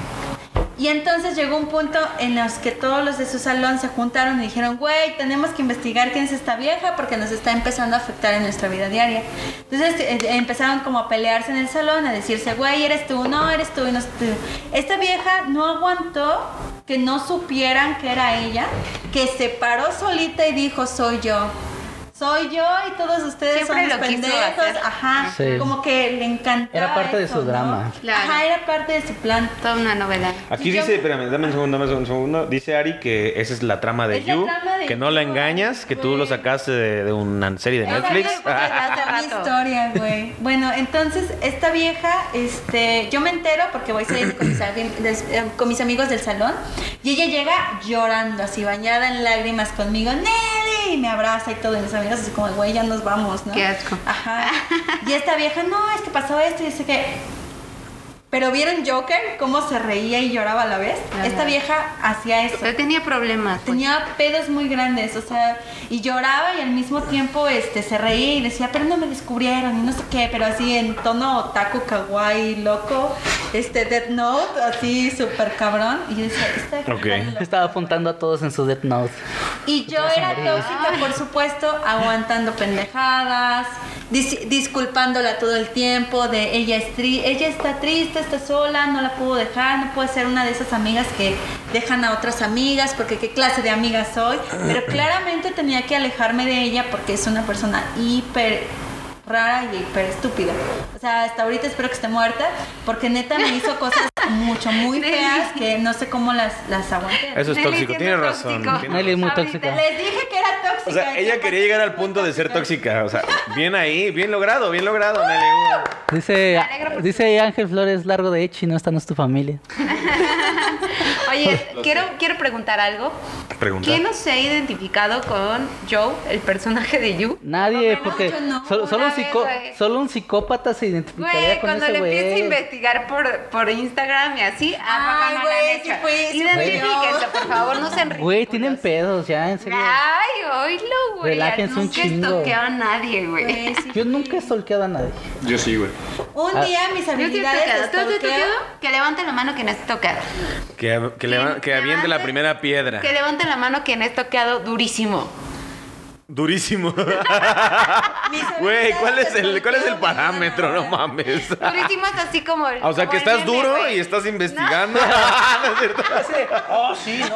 Y entonces llegó un punto en los que todos los de su salón se juntaron y dijeron, güey, tenemos que investigar quién es esta vieja porque nos está empezando a afectar en nuestra vida diaria. Entonces eh, empezaron como a pelearse en el salón, a decirse, güey, eres tú, no, eres tú, y no eres tú. Esta vieja no aguantó que no supieran que era ella, que se paró solita y dijo, soy yo. soy yo y todos ustedes Siempre son los lo quiso pendejos. hacer. Ajá. Sí. Como que le encantaba. Era parte de eso, su ¿no? drama. Claro. Ajá, era parte de su plan. Toda una novela. Aquí Sí, yo- dice, espérame, dame un segundo, dame un segundo. Dice Ari que esa es la trama de Es la You, trama de que no la You, engañas, que tú güey. lo sacaste de, de una serie de Esa Netflix. es la mi historia, güey. Bueno, entonces esta vieja, este, yo me entero porque voy saliendo con mis, ami- des- eh, con mis amigos del salón y ella llega llorando, así bañada en lágrimas conmigo, Nelly, y me abraza y todo, y mis amigos así como, güey, ya nos vamos, ¿no? Qué asco. Ajá. Y esta vieja, no, es que pasó esto y sé que... Pero ¿vieron Joker? Cómo se reía y lloraba a la vez. Ajá. Esta vieja hacía eso. Pero tenía problemas. pues. Tenía pedos muy grandes, o sea, y lloraba y al mismo tiempo este, se reía y decía, pero no me descubrieron y no sé qué, pero así en tono otaku, kawaii, loco, este, Death Note, así súper cabrón. Y yo decía, esta vieja Ok. está loca. Estaba apuntando a todos en su Death Note. Y yo era tóxica, por supuesto, aguantando pendejadas, dis- disculpándola todo el tiempo, de ella, es tri ella está triste, está sola, no la puedo dejar, no puedo ser una de esas amigas que dejan a otras amigas, porque qué clase de amiga soy. Pero claramente tenía que alejarme de ella porque es una persona hiper rara y hiper estúpida. O sea, hasta ahorita espero que esté muerta, porque neta me hizo cosas mucho, muy feas que no sé cómo las, las aguanté. Eso es Nelly tóxico, siendo tienes razón. tóxico. tienes Nelly es muy Ahorita tóxica. Les dije que era tóxica. O sea, ella ¿qué quería pasa? llegar al punto de ser tóxica. O sea, bien ahí, bien logrado, bien logrado, Nelly. Dice, alegro por dice Ángel Flores, largo de Echi, no, esta no es tu familia. Oye, quiero, quiero preguntar algo. Pregunta. ¿Quién no se ha identificado con Joe, el personaje de You? Nadie, No, porque yo no. solo, solo un Una vez, psico- güey. solo un psicópata se identificaría Güey, con cuando ese le güey. empieza a investigar por, por Instagram y así, Ay, ah, no, no, güey, la han sí hecho. fue, sí Identifíquense, por favor, no sean Güey, tienen ridículos. pedos ya, en serio. Ay, oílo, güey. Relájense un Nunca chingo. estoqueo a nadie, güey. Güey, sí Yo fui. nunca he stalkeado a nadie. Yo sí, güey. Un Ah. día mis Yo sí he habilidades toqueado. de ¿Tú has stalkeo- toqueado? Que levanten la mano quien es toqueado. Que, que, leva- que aviente la primera piedra. Que levanten la mano quien es toqueado durísimo. Durísimo. mis Güey, ¿cuál es habilidades de el, cuál es el stalkeo me parámetro? ayudan No ahora. mames. Durísimo es así como el. Ah, o sea, como que el estás meme, duro güey. y estás investigando. ¿No es cierto? Oh, sí, no.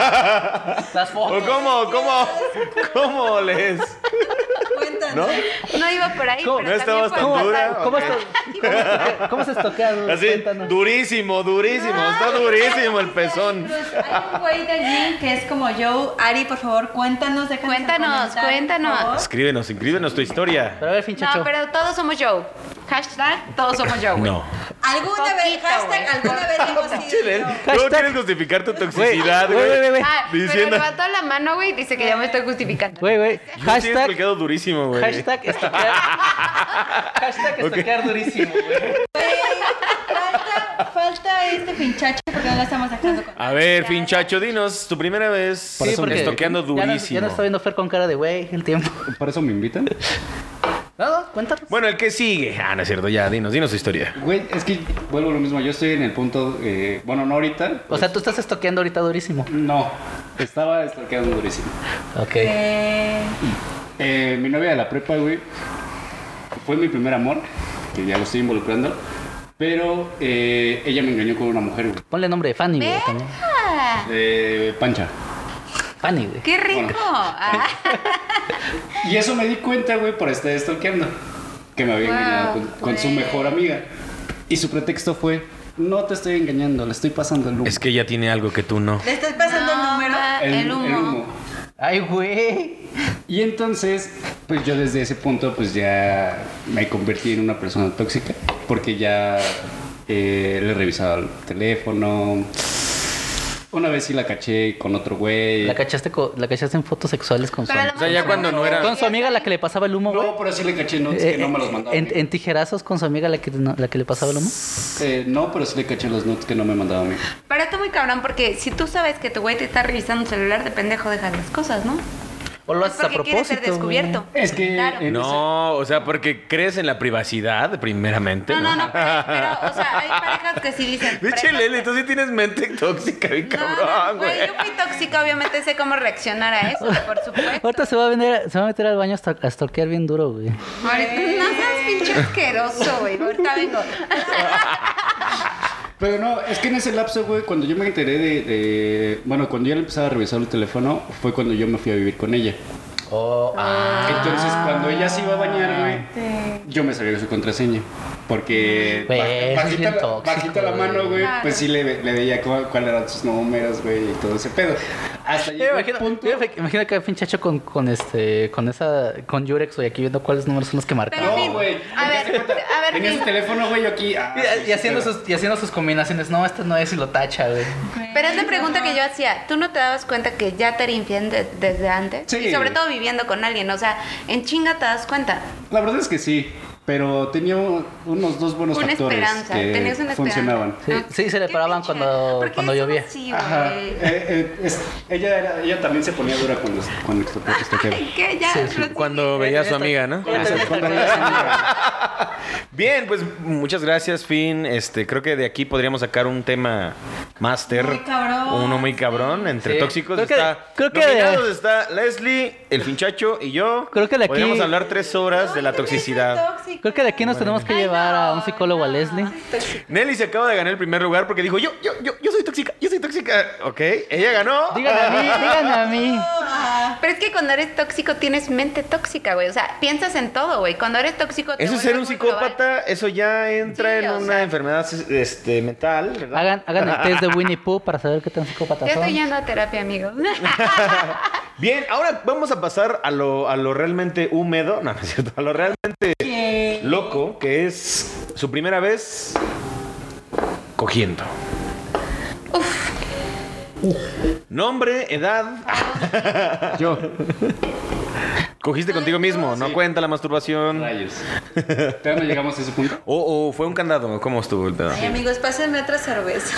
Las ¿O fotos. cómo, cómo, cómo lees? Cuéntanos. ¿No? No iba por ahí, ¿Cómo? pero ¿No también estabas puede tan pasar. dura? ¿Cómo, Ok. esto- ¿Cómo se estoquea? Dude? Así, Cuéntanos. durísimo, durísimo. Está durísimo el pezón. Hay un güey de allí que es como yo. Ari, por favor, cuéntanos. déjanos en Cuéntanos, comentarios, cuéntanos. por favor. Escríbenos, escríbenos tu historia. Pero a ver, finchacho. No, pero todos somos Joe. Hashtag todos somos Joe, güey. No. ¿Alguna vez, Poquito, hashtag, güey. alguna vez hemos sido Chile, yo? luego Hashtag- quieres justificar tu toxicidad, Güey, güey, güey, güey. Ah, pero Diciendo. levantó la mano, güey, dice que ya me estoy justificando. Güey, güey. Yo sí he Hashtag, stalkeado durísimo, güey. hashtag estoquear. Hashtag estoquear durísimo, güey. Falta, falta este pinchacho porque no lo estamos sacando con. A ver, Finchacho, dinos, tu primera vez Por eso me- estoqueando Ya no, ya durísimo. no está viendo Fer con cara de güey el tiempo. ¿Por eso me invitan? No, no, cuéntanos. Bueno, el que sigue. Ah, no es cierto, ya, dinos, dinos tu historia. Güey, es que vuelvo a lo mismo. Yo estoy en el punto. eh, bueno, no ahorita. O sea, tú estás estoqueando ahorita durísimo. No, estaba stalkeando durísimo. Ok. Eh, Eh, mi novia de la prepa, güey, fue mi primer amor, que ya lo estoy involucrando. Pero eh, ella me engañó con una mujer, güey. Ponle nombre de Fanny, güey, también. Ah, Eh, Pancha. Fanny, güey. ¡Qué rico! Bueno. Ah, Y eso me di cuenta, güey, por estar stalkeando. Que me había Wow, engañado con, con su güey. mejor amiga. Y su pretexto fue: no te estoy engañando, le estoy pasando el humo. Es que ella tiene algo que tú no. ¿Le estás pasando el no, número? ma, el, humo. Ay, güey. Y entonces, pues yo desde ese punto, pues ya me convertí en una persona tóxica. Porque ya eh, le revisaba el teléfono. Una vez sí la caché con otro güey. La cachaste, co- la cachaste en fotos sexuales con su, Pero a lo O sea, ya mejor cuando no era- con su amiga la que le pasaba el humo, güey. No, pero sí le caché notes Eh, que no me los eh, mandaba. en, en tijerazos con su amiga la que, no- la que le pasaba el humo. Eh, no, pero sí le caché los notes que no me mandaba a mí. Pero está muy cabrón porque si tú sabes que tu güey te está revisando el celular, de pendejo dejas las cosas, ¿no? O lo Es haces a porque quieres propósito. ser descubierto. Es que Claro. en No, o sea, porque crees en la privacidad, primeramente. No, no, no, pero, pero, o sea, hay parejas que sí dicen. Biche parejas Leli, que- tú sí tienes mente tóxica, bien No, no, cabrón, güey, güey. yo fui tóxica, obviamente sé cómo reaccionar a eso, por supuesto. Ahorita se va a, venir, se va a meter al baño hasta a stalkear bien duro, güey. Ahorita, no seas pinche asqueroso, güey. Ahorita vengo. Pero no, es que en ese lapso, güey, cuando yo me enteré de, de- Bueno, cuando yo le empezaba a revisar el teléfono, fue cuando yo me fui a vivir con ella. Oh, ah. Entonces, cuando ella se iba a bañar, güey, yo me sabía de su contraseña. Porque Güey, baj- eso es bajita, bien la- tóxico, bajita la mano, güey, Claro. pues sí le, le veía cuál, cuál eran sus números, güey, y todo ese pedo. Hasta Yo llegó me el imagino, punto... yo me imagino que pinche Chacho con, con este, con esa, con Yurex, güey, aquí viendo cuáles números son los que marcan. Pero No, Fin, güey. a ver, ¿te das cuenta? a ver, Tenía Fin. su teléfono, güey, yo aquí. ah, Y, sí, y haciendo pero- sus, y haciendo sus combinaciones. No, este no es y lo tacha, güey. Pero es la pregunta que yo hacía. ¿Tú no te dabas cuenta que ya te era infiel de- desde antes? Sí. Y sobre todo viviendo con alguien. O sea, en chinga te das cuenta. La verdad es que sí, pero tenía unos dos buenos Una factores esperanza. que Tenías una funcionaban. esperanza. Sí, sí, se le Qué paraban pinche. cuando- ¿Por qué cuando son llovía. así, Ajá. güey? Eh, eh, es- ella, era, ella también se ponía dura cuando, cuando esto, esto quedó. Ay, ¿qué? Ya, Sí, sí. Rosy. Cuando veía a su amiga, ¿no? Bien, pues muchas gracias, Fin. Este, creo que de aquí podríamos sacar un tema máster. Muy cabrón. Uno muy cabrón. Entre Sí. tóxicos Creo que- está. creo que- nominados está Leslie, el Finchacho y yo. Creo que de aquí- Podríamos hablar tres horas de la toxicidad. Creo que de aquí nos tenemos que Ay, llevar no, a un psicólogo, a no. Leslie. Nelly se acaba de ganar el primer lugar porque dijo, yo, yo, yo, yo soy tóxica, yo soy tóxica. Ok, ella ganó. Díganme a mí, díganme a mí. Pero es que cuando eres tóxico tienes mente tóxica, güey. O sea, piensas en todo, güey. Cuando eres tóxico te Eso es ser un vuelves muy global. psicópata, eso ya entra Sí, en o una sea. enfermedad este, mental, ¿verdad? Hagan, hagan el test de Winnie Pooh para saber qué tan psicópatas Ya son. estoy yendo a terapia, amigos. Bien, ahora vamos a pasar a lo, a lo realmente húmedo, no, no es cierto, a lo realmente loco, que es su primera vez cogiendo. Nombre, edad. Yo. Cogiste contigo mismo, no cuenta la masturbación. Rayos. ¿Todavía no llegamos a ese punto? O, o fue un candado, ¿cómo estuvo el pedo? Ay, amigos, pásenme otra cerveza.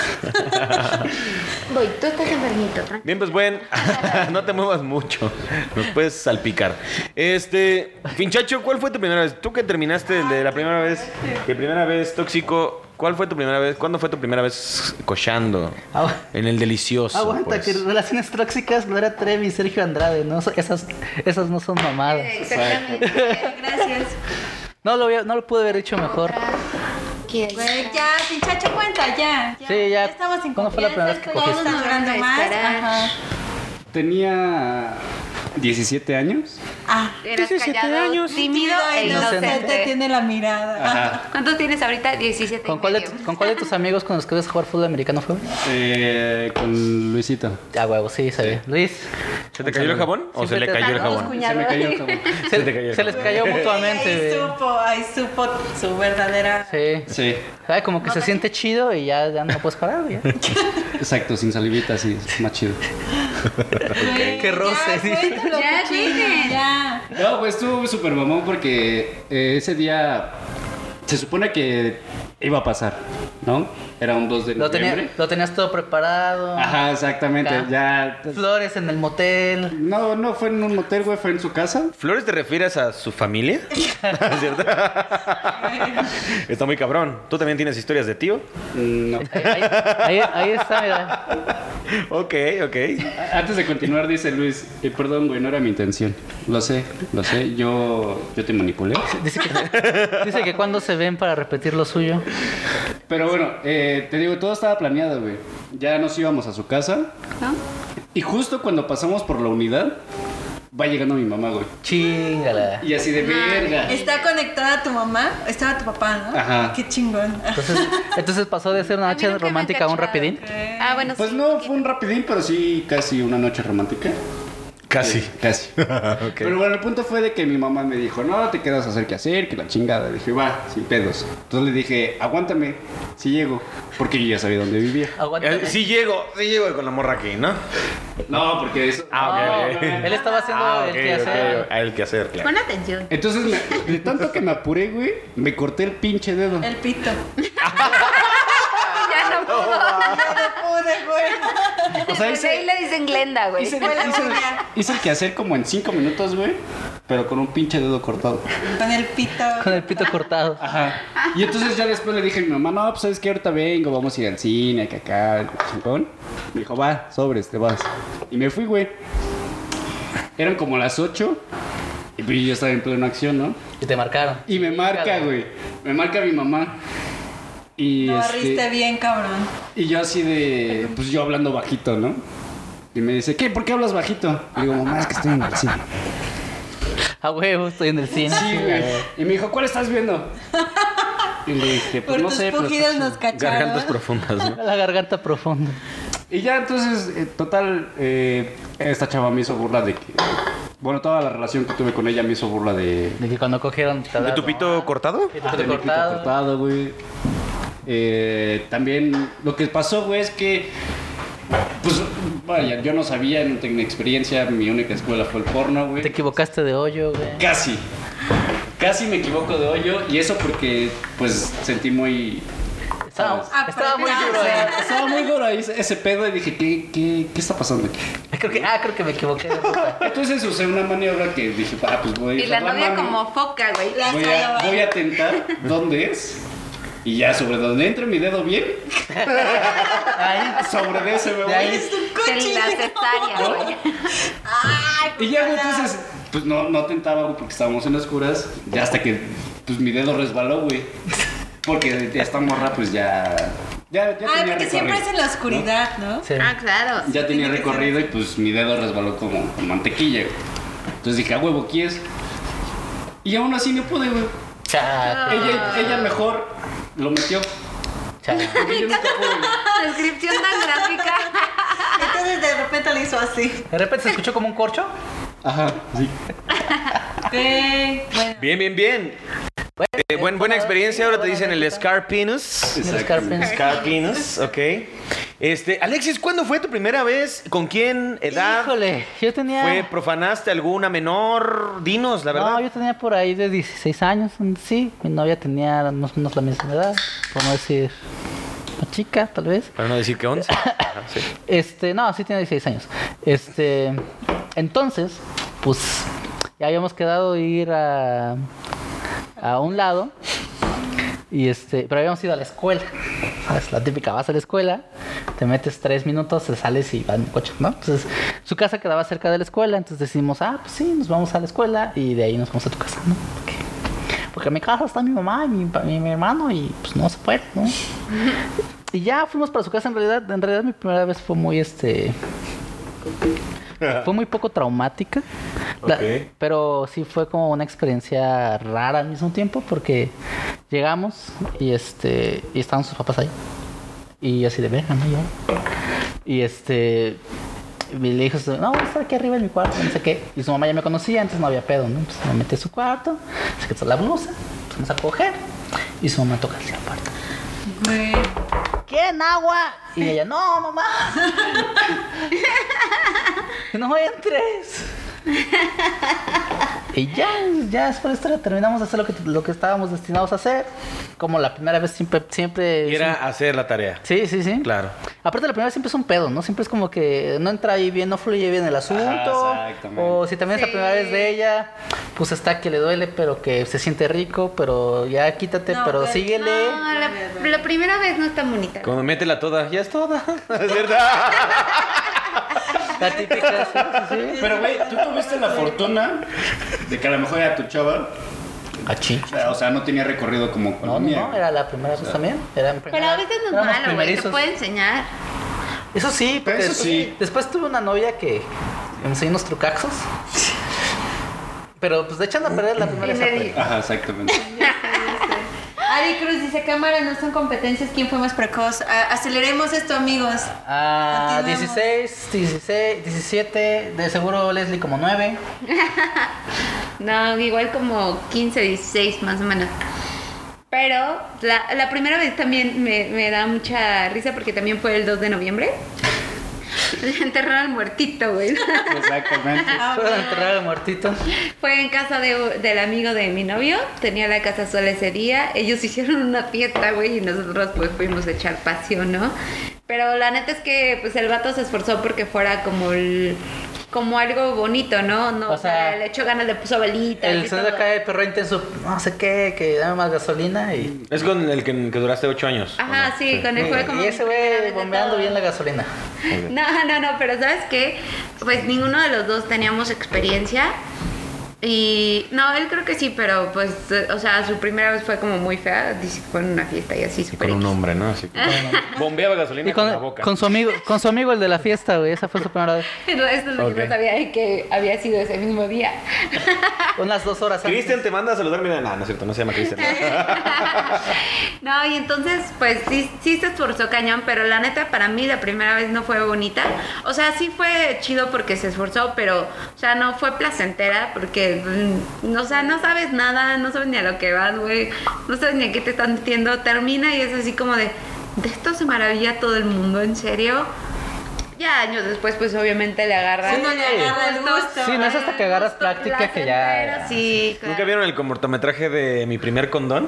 Voy, tú estás enfermito, tranquilo. Bien, pues bueno, no te muevas mucho, nos puedes salpicar. Este, Finchacho, ¿cuál fue tu primera vez? Tú que terminaste el de la primera vez, que primera vez tóxico, ¿cuál fue tu primera vez? ¿Cuándo fue tu primera vez cochando? Agu- En el delicioso. Aguanta, pues. que relaciones tóxicas, Gloria Trevi y Sergio Andrade, ¿no? Esas, esas no son mamadas. Exactamente. Gracias. No lo, había- no lo pude haber dicho mejor. ¿Quién? Güey, ya, pinchacho cuenta, ya. Sí, ya. estamos en ¿Cuándo fue la primera vez que confianza, cogiste? todos durando más. Ajá. Tenía diecisiete años. Ah, Eras diecisiete callado, años. tímido e inocente inocente. tiene la mirada. Ajá. ¿Cuántos tienes ahorita? diecisiete. ¿Con y cuál, de, medio. tu- ¿Con cuál de tus amigos con los que ves jugar fútbol americano fue? Eh, con Luisito. Ah, huevo, sí, sabía. Luis. ¿Se te cayó el jabón o se Siempre le te- cayó el Saludos, jabón? Se me cayó el jabón. Se, te cayó el se les cayó mutuamente, Ahí güey. supo, ahí supo su verdadera. Sí. Sí, Ay, como que se siente chido y ya, ya no puedes parar, güey. exacto, sin salivita, sí, es más chido. Güey, Qué roce, ya, sí. cuéntalo, Ya, cochino, dime. ya. No, pues estuvo súper mamón porque eh, ese día se supone que iba a pasar, ¿no? Era un dos de Lo, noviembre. tenía, lo tenías todo preparado. Ajá, exactamente, Acá. ya... Flores en el motel. No, no fue en un motel, güey, fue en su casa. ¿Flores te refieres a su familia? ¿Cierto? Está muy cabrón. ¿Tú también tienes historias de tío? Mm, No. Ahí, ahí, ahí está, mira. Ok, ok. Antes de continuar, dice Luis, eh, perdón, güey, no era mi intención. Lo sé, lo sé, yo, yo te manipulé. Dice que, dice que cuando se ven para repetir lo suyo. Pero bueno, eh, te digo, todo estaba planeado, güey. Ya nos íbamos a su casa. ¿No? Y justo cuando pasamos por la unidad, va llegando mi mamá, güey. Chingala. Y así de verga. ¿Está conectada tu mamá? Estaba tu papá, ¿no? Ajá. Qué chingón. Entonces, entonces pasó de ser una A mí noche nunca me han romántica a un cachado. rapidín. Ah, bueno, Pues sí. no, fue un rapidín, pero sí casi una noche romántica. Casi. Sí, casi. Ok. Pero bueno, el punto fue de que mi mamá me dijo, no, te quedas a hacer qué hacer, que la chingada. Le dije, va, sin pedos. Entonces le dije, aguántame, si llego. Porque yo ya sabía dónde vivía. Aguántame. Eh, sí llego, sí llego con la morra aquí, ¿no? No, porque eso... Ah, ok, No, ok. él estaba haciendo Ah, el ok, quehacer. ok. Ah, el quehacer, claro. Pon atención. Entonces, me- de tanto que me apuré, güey, me corté el pinche dedo. El pito. Ya no puedo. Pude, güey. O sea, Desde ahí hice, le dicen Glenda, güey. hice, hice, hice el quehacer como en cinco minutos, güey, pero con un pinche dedo cortado. Con el pito. Con el pito cortado. Ajá. Y entonces ya después le dije a mi mamá, no, pues sabes que ahorita vengo, vamos a ir al cine, que acá, chingón. Me dijo, va, sobres, te vas. Y me fui, güey. Eran como las ocho y pues yo ya estaba en plena acción, ¿no? Y te marcaron. Y me marca, güey. Me marca mi mamá. Y Lo este, barriste bien, cabrón. y yo así de, pues yo hablando bajito, ¿no? Y me dice, ¿qué? ¿Por qué hablas bajito? Le digo, mamá, es que estoy en el cine. A huevo, estoy en el cine. Sí, güey. Y me dijo, ¿cuál estás viendo? Y le dije, pues Por no tus sé. pero pujidos está nos chido. cacharon. Gargantas profundas, ¿no? La garganta profunda. Y ya entonces, eh, total, eh, esta chava me hizo burla de que... Bueno, toda la relación que tuve con ella me hizo burla de... De que cuando cogieron... te ¿De das- tu pito cortado? de tu Ah, pito de mi pito cortado. cortado, güey. Eh, también lo que pasó, güey, es que... Pues, vaya, yo no sabía, no tenía experiencia. Mi única escuela fue el porno, güey. Te equivocaste de hoyo, güey. Casi. Casi me equivoco de hoyo. Y eso porque, pues, sentí muy... Estaba, Ah, estaba muy pero- duro, eh. Estaba muy duro ahí ese, ese pedo y dije, ¿qué, qué, qué está pasando aquí? Creo que, ah, creo que me equivoqué de puta. Entonces usé una maniobra que dije, ah, pues voy a Y la usar novia mano, como foca, güey. La voy a, salva. voy a tentar dónde es. Y ya sobre donde entre mi dedo bien, Ahí, sobre de ese me de voy. ahí. En la cesárea, güey. Ay, Y ya, güey, puta. entonces, pues no, no tentaba, güey, porque estábamos en oscuras. Ya hasta que, pues mi dedo resbaló, güey. Porque esta morra, pues ya. Ya, ya Ay, tenía porque siempre es recorrido, en la oscuridad, ¿no? Sí. Ah, claro. ¿no? Ya tenía Tiene que recorrido y pues mi dedo resbaló como con mantequilla, güey. Entonces dije, a huevo, ¿quién es? Y aún así no pude, güey. Chato, Ella, ella mejor lo metió. chato. Porque yo nunca pude, güey. Descripción tan gráfica. Entonces de repente le hizo así. De repente se escuchó como un corcho. Ajá, sí. Ok, bueno. Bien, bien, bien. Eh, buen- buena experiencia, ahora te dicen el Scar Penis. El Scarpin. Scar Penis, ok. Este, Alexis, ¿cuándo fue tu primera vez? ¿Con quién? ¿Edad? Híjole, yo tenía... ¿Fue, profanaste alguna menor? Dinos, la verdad. No, yo tenía por ahí de dieciséis años, sí. Mi novia tenía más o menos la misma edad, por no decir una chica, tal vez. Para no decir que once. Ajá, sí. Este, no, sí tiene dieciséis años. Este, entonces, pues, ya habíamos quedado ir a, a un lado. Y este, pero habíamos ido a la escuela. ¿Sabes? La típica, vas a la escuela, te metes tres minutos, te sales y vas en el coche, ¿no? Entonces, su casa quedaba cerca de la escuela, entonces decidimos, ah, pues sí, nos vamos a la escuela y de ahí nos vamos a tu casa, ¿no? Porque, porque en mi casa está mi mamá y mi, pa- mi, mi hermano y pues no se puede, ¿no? Y ya fuimos para su casa, en realidad, en realidad mi primera vez fue muy, este... Fue muy poco traumática, la- Ok. pero sí fue como una experiencia rara al mismo tiempo porque llegamos y este y estaban sus papás ahí y así de verga, ¿no? Yo. Y este y le dijo, no, voy a estar aquí arriba en mi cuarto, no sé qué. Y su mamá ya me conocía, entonces no había pedo, ¿no? Pues me metí a su cuarto, se quitó la blusa, fuimos a coger y su mamá toca la puerta. Güey. ¿Quién agua? Y ella, no, mamá. No entres. Y ya, ya después de la historia terminamos de hacer lo que, lo que estábamos destinados a hacer. Como la primera vez siempre, siempre. Y era hacer la tarea. Sí, sí, sí. Claro. Aparte la primera vez siempre es un pedo, ¿no? Siempre es como que no entra ahí bien, no fluye bien el asunto. Ajá, exactamente. O si también es la Sí. primera vez de ella, pues está que le duele, pero que se siente rico, pero ya quítate, No, pero pero- síguele. No, la, la primera vez no es tan bonita. Cuando métela toda, ya es toda. Es verdad. La típica, sí, sí, sí. Pero, güey, tú tuviste la fortuna de que a lo mejor era tu chava. Achí. O sea, no tenía recorrido como con No, la no, mía, no, güey. era la primera vez también. Era mi Pero primera- a veces no es éramos malo, güey. Te primerizos. puede enseñar. Eso sí, porque Eso después, sí. después tuve una novia que me enseñó unos trucaxos. Pero pues de echando a perder la primera Y vez. me aprendí. di- Ajá, exactamente. Ari Cruz dice, cámara, no son competencias, ¿quién fue más precoz? A- aceleremos esto, amigos. Ah, Continuemos. dieciséis, dieciséis, diecisiete, de seguro Leslie como nueve. No, igual como quince, dieciséis más o menos. Pero la, la primera vez también me, me da mucha risa porque también fue el dos de noviembre. Enterrar al muertito, güey. Exactamente. Ah, Fue a bueno. enterrar al muertito. Fue en casa de, del amigo de mi novio. Tenía la casa sola ese día. Ellos hicieron una fiesta, güey, y nosotros pues fuimos a echar pasión, ¿no? Pero la neta es que pues el vato se esforzó porque fuera como el... como algo bonito, ¿no? no O o sea, sea, le echó ganas, le puso velitas. El y señor todo. acá, el perro intenso, no sé qué, que dame más gasolina y... Es con el que, que duraste ocho años. ¿o Ajá, no? sí, con él fue como. Y ese mi primera güey vez de bombeando todo. bien la gasolina. No, no, no, pero ¿sabes qué? Pues ninguno de los dos teníamos experiencia. Y no, él creo que sí, pero pues, o sea, su primera vez fue como muy fea. Dice que fue en una fiesta y así Y súper con un X. hombre, ¿no? Así como bombeaba gasolina Y con, con, la boca. con su amigo, con su amigo el de la fiesta, güey. Esa fue su primera vez. Pero esto es lo que Ok. no sabía de que había sido ese mismo día. Unas dos horas antes. Cristian te manda a saludar. Mira, no, no es cierto, no se llama Cristian. No, y entonces, pues sí, sí se esforzó cañón, pero la neta, para mí la primera vez no fue bonita. O sea, sí fue chido porque se esforzó, pero, o sea, no fue placentera porque, mm, o sea, no sabes nada, no sabes ni a lo que vas, güey. No sabes ni a qué te están metiendo. Termina y es así como de, de esto se maravilla todo el mundo, ¿en serio? Ya años después, pues obviamente le agarras. Sí, no le agarra el gusto. Sí, no es hasta que agarras práctica que ya- Sí, claro. ¿Nunca vieron el cortometraje de Mi Primer Condón?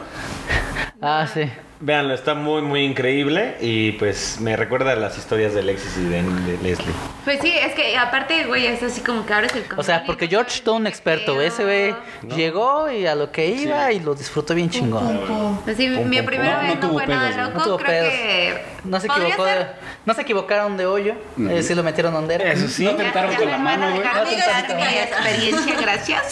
Ah, sí. Véanlo, está muy, muy increíble y pues me recuerda a las historias de Alexis y de, de Leslie. Pues sí, es que aparte, güey, es así como que abres el O sea, porque George todo un experto, güey. Ese güey llegó y a lo que iba y lo disfrutó bien chingón. Así, Pum, mi pum, primera pum. vez No no, tuvo fue pedos, nada güey. loco, No tuvo creo pedos. que No se podría equivocó, de- ser- no se equivocaron de hoyo. Eh, sí lo metieron donde era. Eso sí. No tentaron Ya- con ya la me van a mano, güey. dejar No contar tentaron. mi experiencia, gracias.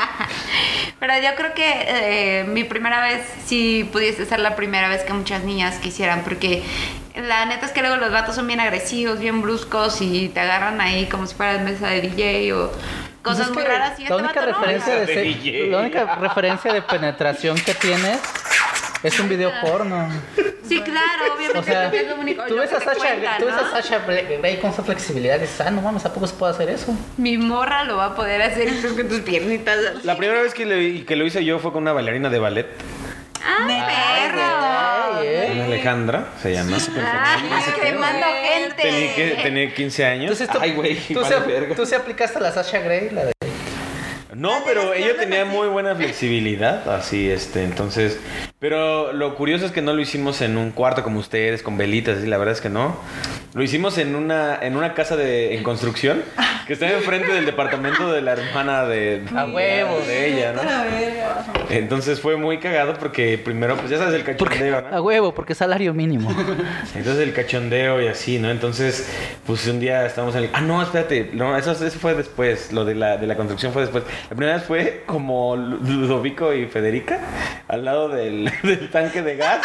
Pero yo creo que eh, mi primera vez sí pudiese ser la primera vez que muchas niñas quisieran, porque la neta es que luego los vatos son bien agresivos, bien bruscos y te agarran ahí como si fueras mesa de D J o Pues cosas es muy que raras. Y la este única vato no. referencia de, De se- D J. la única referencia de penetración que tienes es un video porno. Sí, claro, obviamente O sea, es lo único tú lo ves que a te Sasha, cuentan, tú ves a ¿no? Sasha Grey con esa flexibilidad y dices, ah, no mames, ¿a poco se puede hacer eso? Mi morra lo va a poder hacer y tú con tus piernitas. así. La primera vez que, le- que lo hice yo fue con una bailarina de ballet. ¡Ay, perro! Ay, eh. Una Alejandra, se llama. ¡Ay, quemando gente! Tenía, que, tenía quince años. Entonces tú, Ay, güey, tú, vale se, verga. tú se aplicaste a la Sasha Grey, la de... No, pero ella tenía muy buena flexibilidad, así, este, entonces... Pero lo curioso es que no lo hicimos en un cuarto como ustedes, con velitas, así, la verdad es que no. Lo hicimos en una, en una casa de, en construcción, que está enfrente del departamento de la hermana de, A huevo. de ella, ¿no? La verga. Entonces fue muy cagado porque primero, pues ya sabes, el cachondeo, A ¿no? huevo, porque salario mínimo. Entonces el cachondeo y así, ¿no? Entonces, pues un día estábamos en el... Ah, no, espérate, no, eso, eso fue después, lo de la, de la construcción fue después. La primera vez fue como Ludovico y Federica, al lado del, del tanque de gas,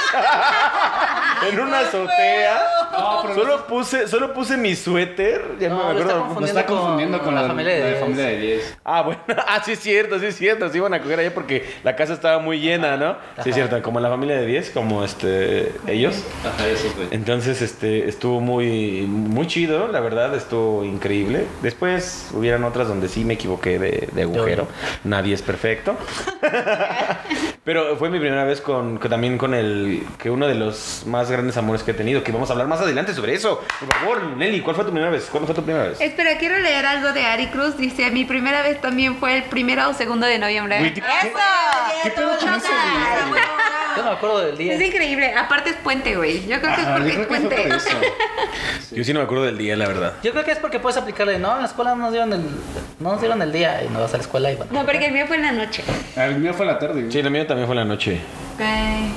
en una azotea. No, pero Solo puse, solo puse mi suéter, ya no, No, me lo está acuerdo. Nos está confundiendo con, la la, familia de la diez. familia de diez. Ah, bueno, ah, sí es cierto, sí es cierto, se iban a coger allá porque la casa estaba muy llena, ¿no? Sí es cierto, como la familia de diez, como este, ellos. Ajá, eso fue. Entonces, este, estuvo muy, muy chido, la verdad, estuvo increíble. Después hubieran otras donde sí me equivoqué de, de agujero. Nadie es perfecto. Pero fue mi primera vez con, con- también con el, que uno de los más grandes amores que he tenido, que vamos a hablar más adelante sobre eso. Por favor, Nelly, ¿cuál fue tu primera vez? ¿Cuándo fue tu primera vez? Espera, quiero leer algo de Ari Cruz. Dice, mi primera vez también fue el primero o segundo de noviembre. Uy, ¿qué- ¡Eso! ¿Qué pedo con ese día, güey? Yo no me acuerdo del día. Es increíble. Aparte es puente, güey. Yo creo que es Ajá, porque yo es creo que fue puente. por eso. Yo sí no me acuerdo del día, la verdad. Yo creo que es porque puedes aplicarle, no, en la escuela no nos dieron el, no nos dieron el día y no vas a la escuela y bueno. No, porque el mío fue en la noche. El mío fue la tarde, güey. Sí, la mía también fue en la noche. Ok,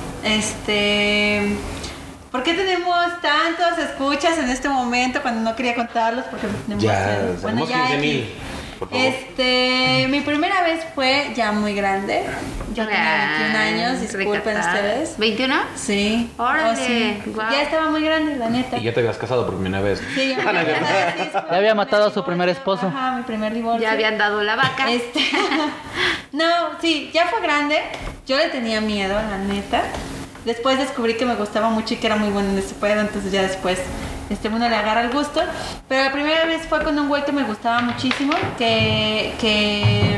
este... ¿Por qué tenemos tantos escuchas en este momento cuando no quería contarlos? Porque tenemos... Ya, eh, tenemos ya quince X. mil. Por favor. Este, mi primera vez fue ya muy grande. Yo tenía veintiún años, disculpen ustedes. ¿veintiuno? Sí. Órale, Oh, sí. guau. Ya estaba muy grande, la neta. Y ya te habías casado por primera vez. Sí, ya me había casado, sí, fue Ya había mi matado a su primer primer divorcio. esposo. Ajá, mi primer divorcio. Ya habían dado la vaca. Este, no, sí, ya fue grande. Yo le tenía miedo, la neta. Después descubrí que me gustaba mucho y que era muy bueno en ese pedo, entonces ya después este, uno le agarra el gusto. Pero la primera vez fue con un güey que me gustaba muchísimo, que, que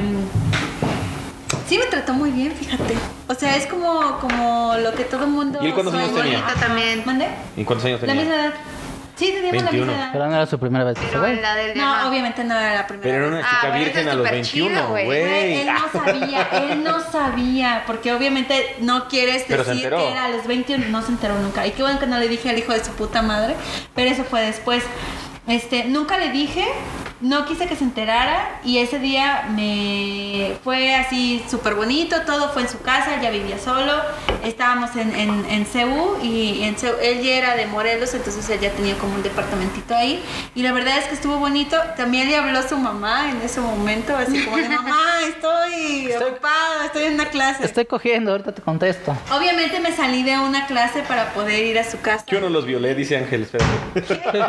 mm, sí me trató muy bien, fíjate. O sea, es como, como lo que todo mundo... ¿Y él cuántos años sueña. tenía? Bonito también. ¿Mande? ¿Y cuántos años La tenía? misma edad. Sí, teníamos veintiuno. la misma edad. Pero no era su primera vez ese Pero güey. la del No, no. obviamente no era la primera Pero era vez. una Ah, chica bueno, virgen eso a los es súper chido, veintiuno, güey. güey. Él no sabía, él no sabía, porque obviamente no quieres Pero se decir enteró. que era a los veintiuno, no se enteró nunca. Y qué bueno que no le dije al hijo de su puta madre, pero eso fue después. Este, nunca le dije no quise que se enterara y ese día me fue así súper bonito, todo fue en su casa, ya vivía solo, estábamos en, en, en C U y en C U, él ya era de Morelos, entonces él ya tenía como un departamentito ahí y la verdad es que estuvo bonito. También le habló su mamá en ese momento, así como de mamá, estoy, estoy ocupada, estoy en una clase. Estoy cogiendo, ahorita te contesto. Obviamente me salí de una clase para poder ir a su casa. Yo no los violé, dice Ángel, espérate.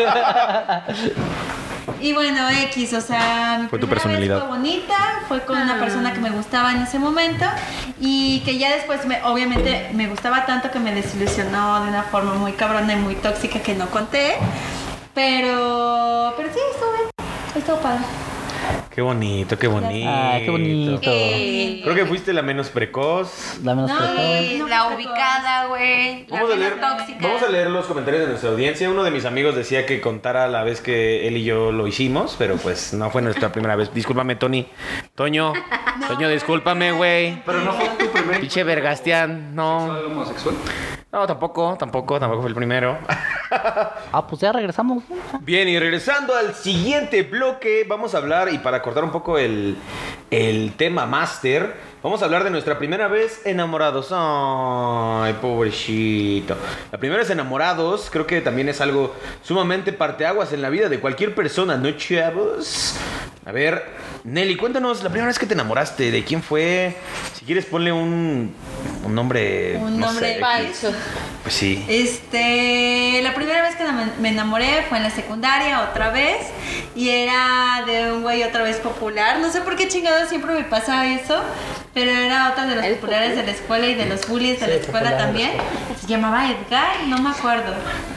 Y bueno, X, o sea, mi Fue tu primera personalidad. vez fue bonita, fue con una persona que me gustaba en ese momento y que ya después, me, obviamente, me gustaba tanto que me desilusionó de una forma muy cabrona y muy tóxica que no conté, pero, pero sí, estuvo bien, estuvo padre. Qué bonito, qué bonito. Ah, qué bonito. Eh, Creo que fuiste la menos precoz. La menos No, precoz. eh, no, la no, ubicada, güey. La Vamos a, menos leer, tóxica. vamos a leer los comentarios de nuestra audiencia. Uno de mis amigos decía que contara la vez que él y yo lo hicimos, pero pues no fue nuestra primera vez. Discúlpame, Tony. Toño. Toño, discúlpame, güey. Pero no fue tu primer Pinche Vergastián. No. sexual homosexual. No, tampoco, tampoco, tampoco fue el primero. Ah, pues ya regresamos. Bien, y regresando al siguiente bloque, vamos a hablar, y para cortar un poco el, el tema máster, vamos a hablar de nuestra primera vez enamorados. Ay, pobrecito. La primera vez enamorados creo que también es algo sumamente parteaguas en la vida de cualquier persona, ¿no, chavos? A ver, Nelly, cuéntanos la primera vez que te enamoraste, ¿de quién fue? Si quieres ponle un, un nombre... Un no nombre sé, falso. Pues sí. Este, la primera vez que me enamoré fue en la secundaria otra vez y era de un güey otra vez popular. No sé por qué chingado siempre me pasa eso, pero era otro de los ¿El populares popular? de la escuela y de los bullies de Sí, la escuela popular. también. Se llamaba Edgar, no me acuerdo.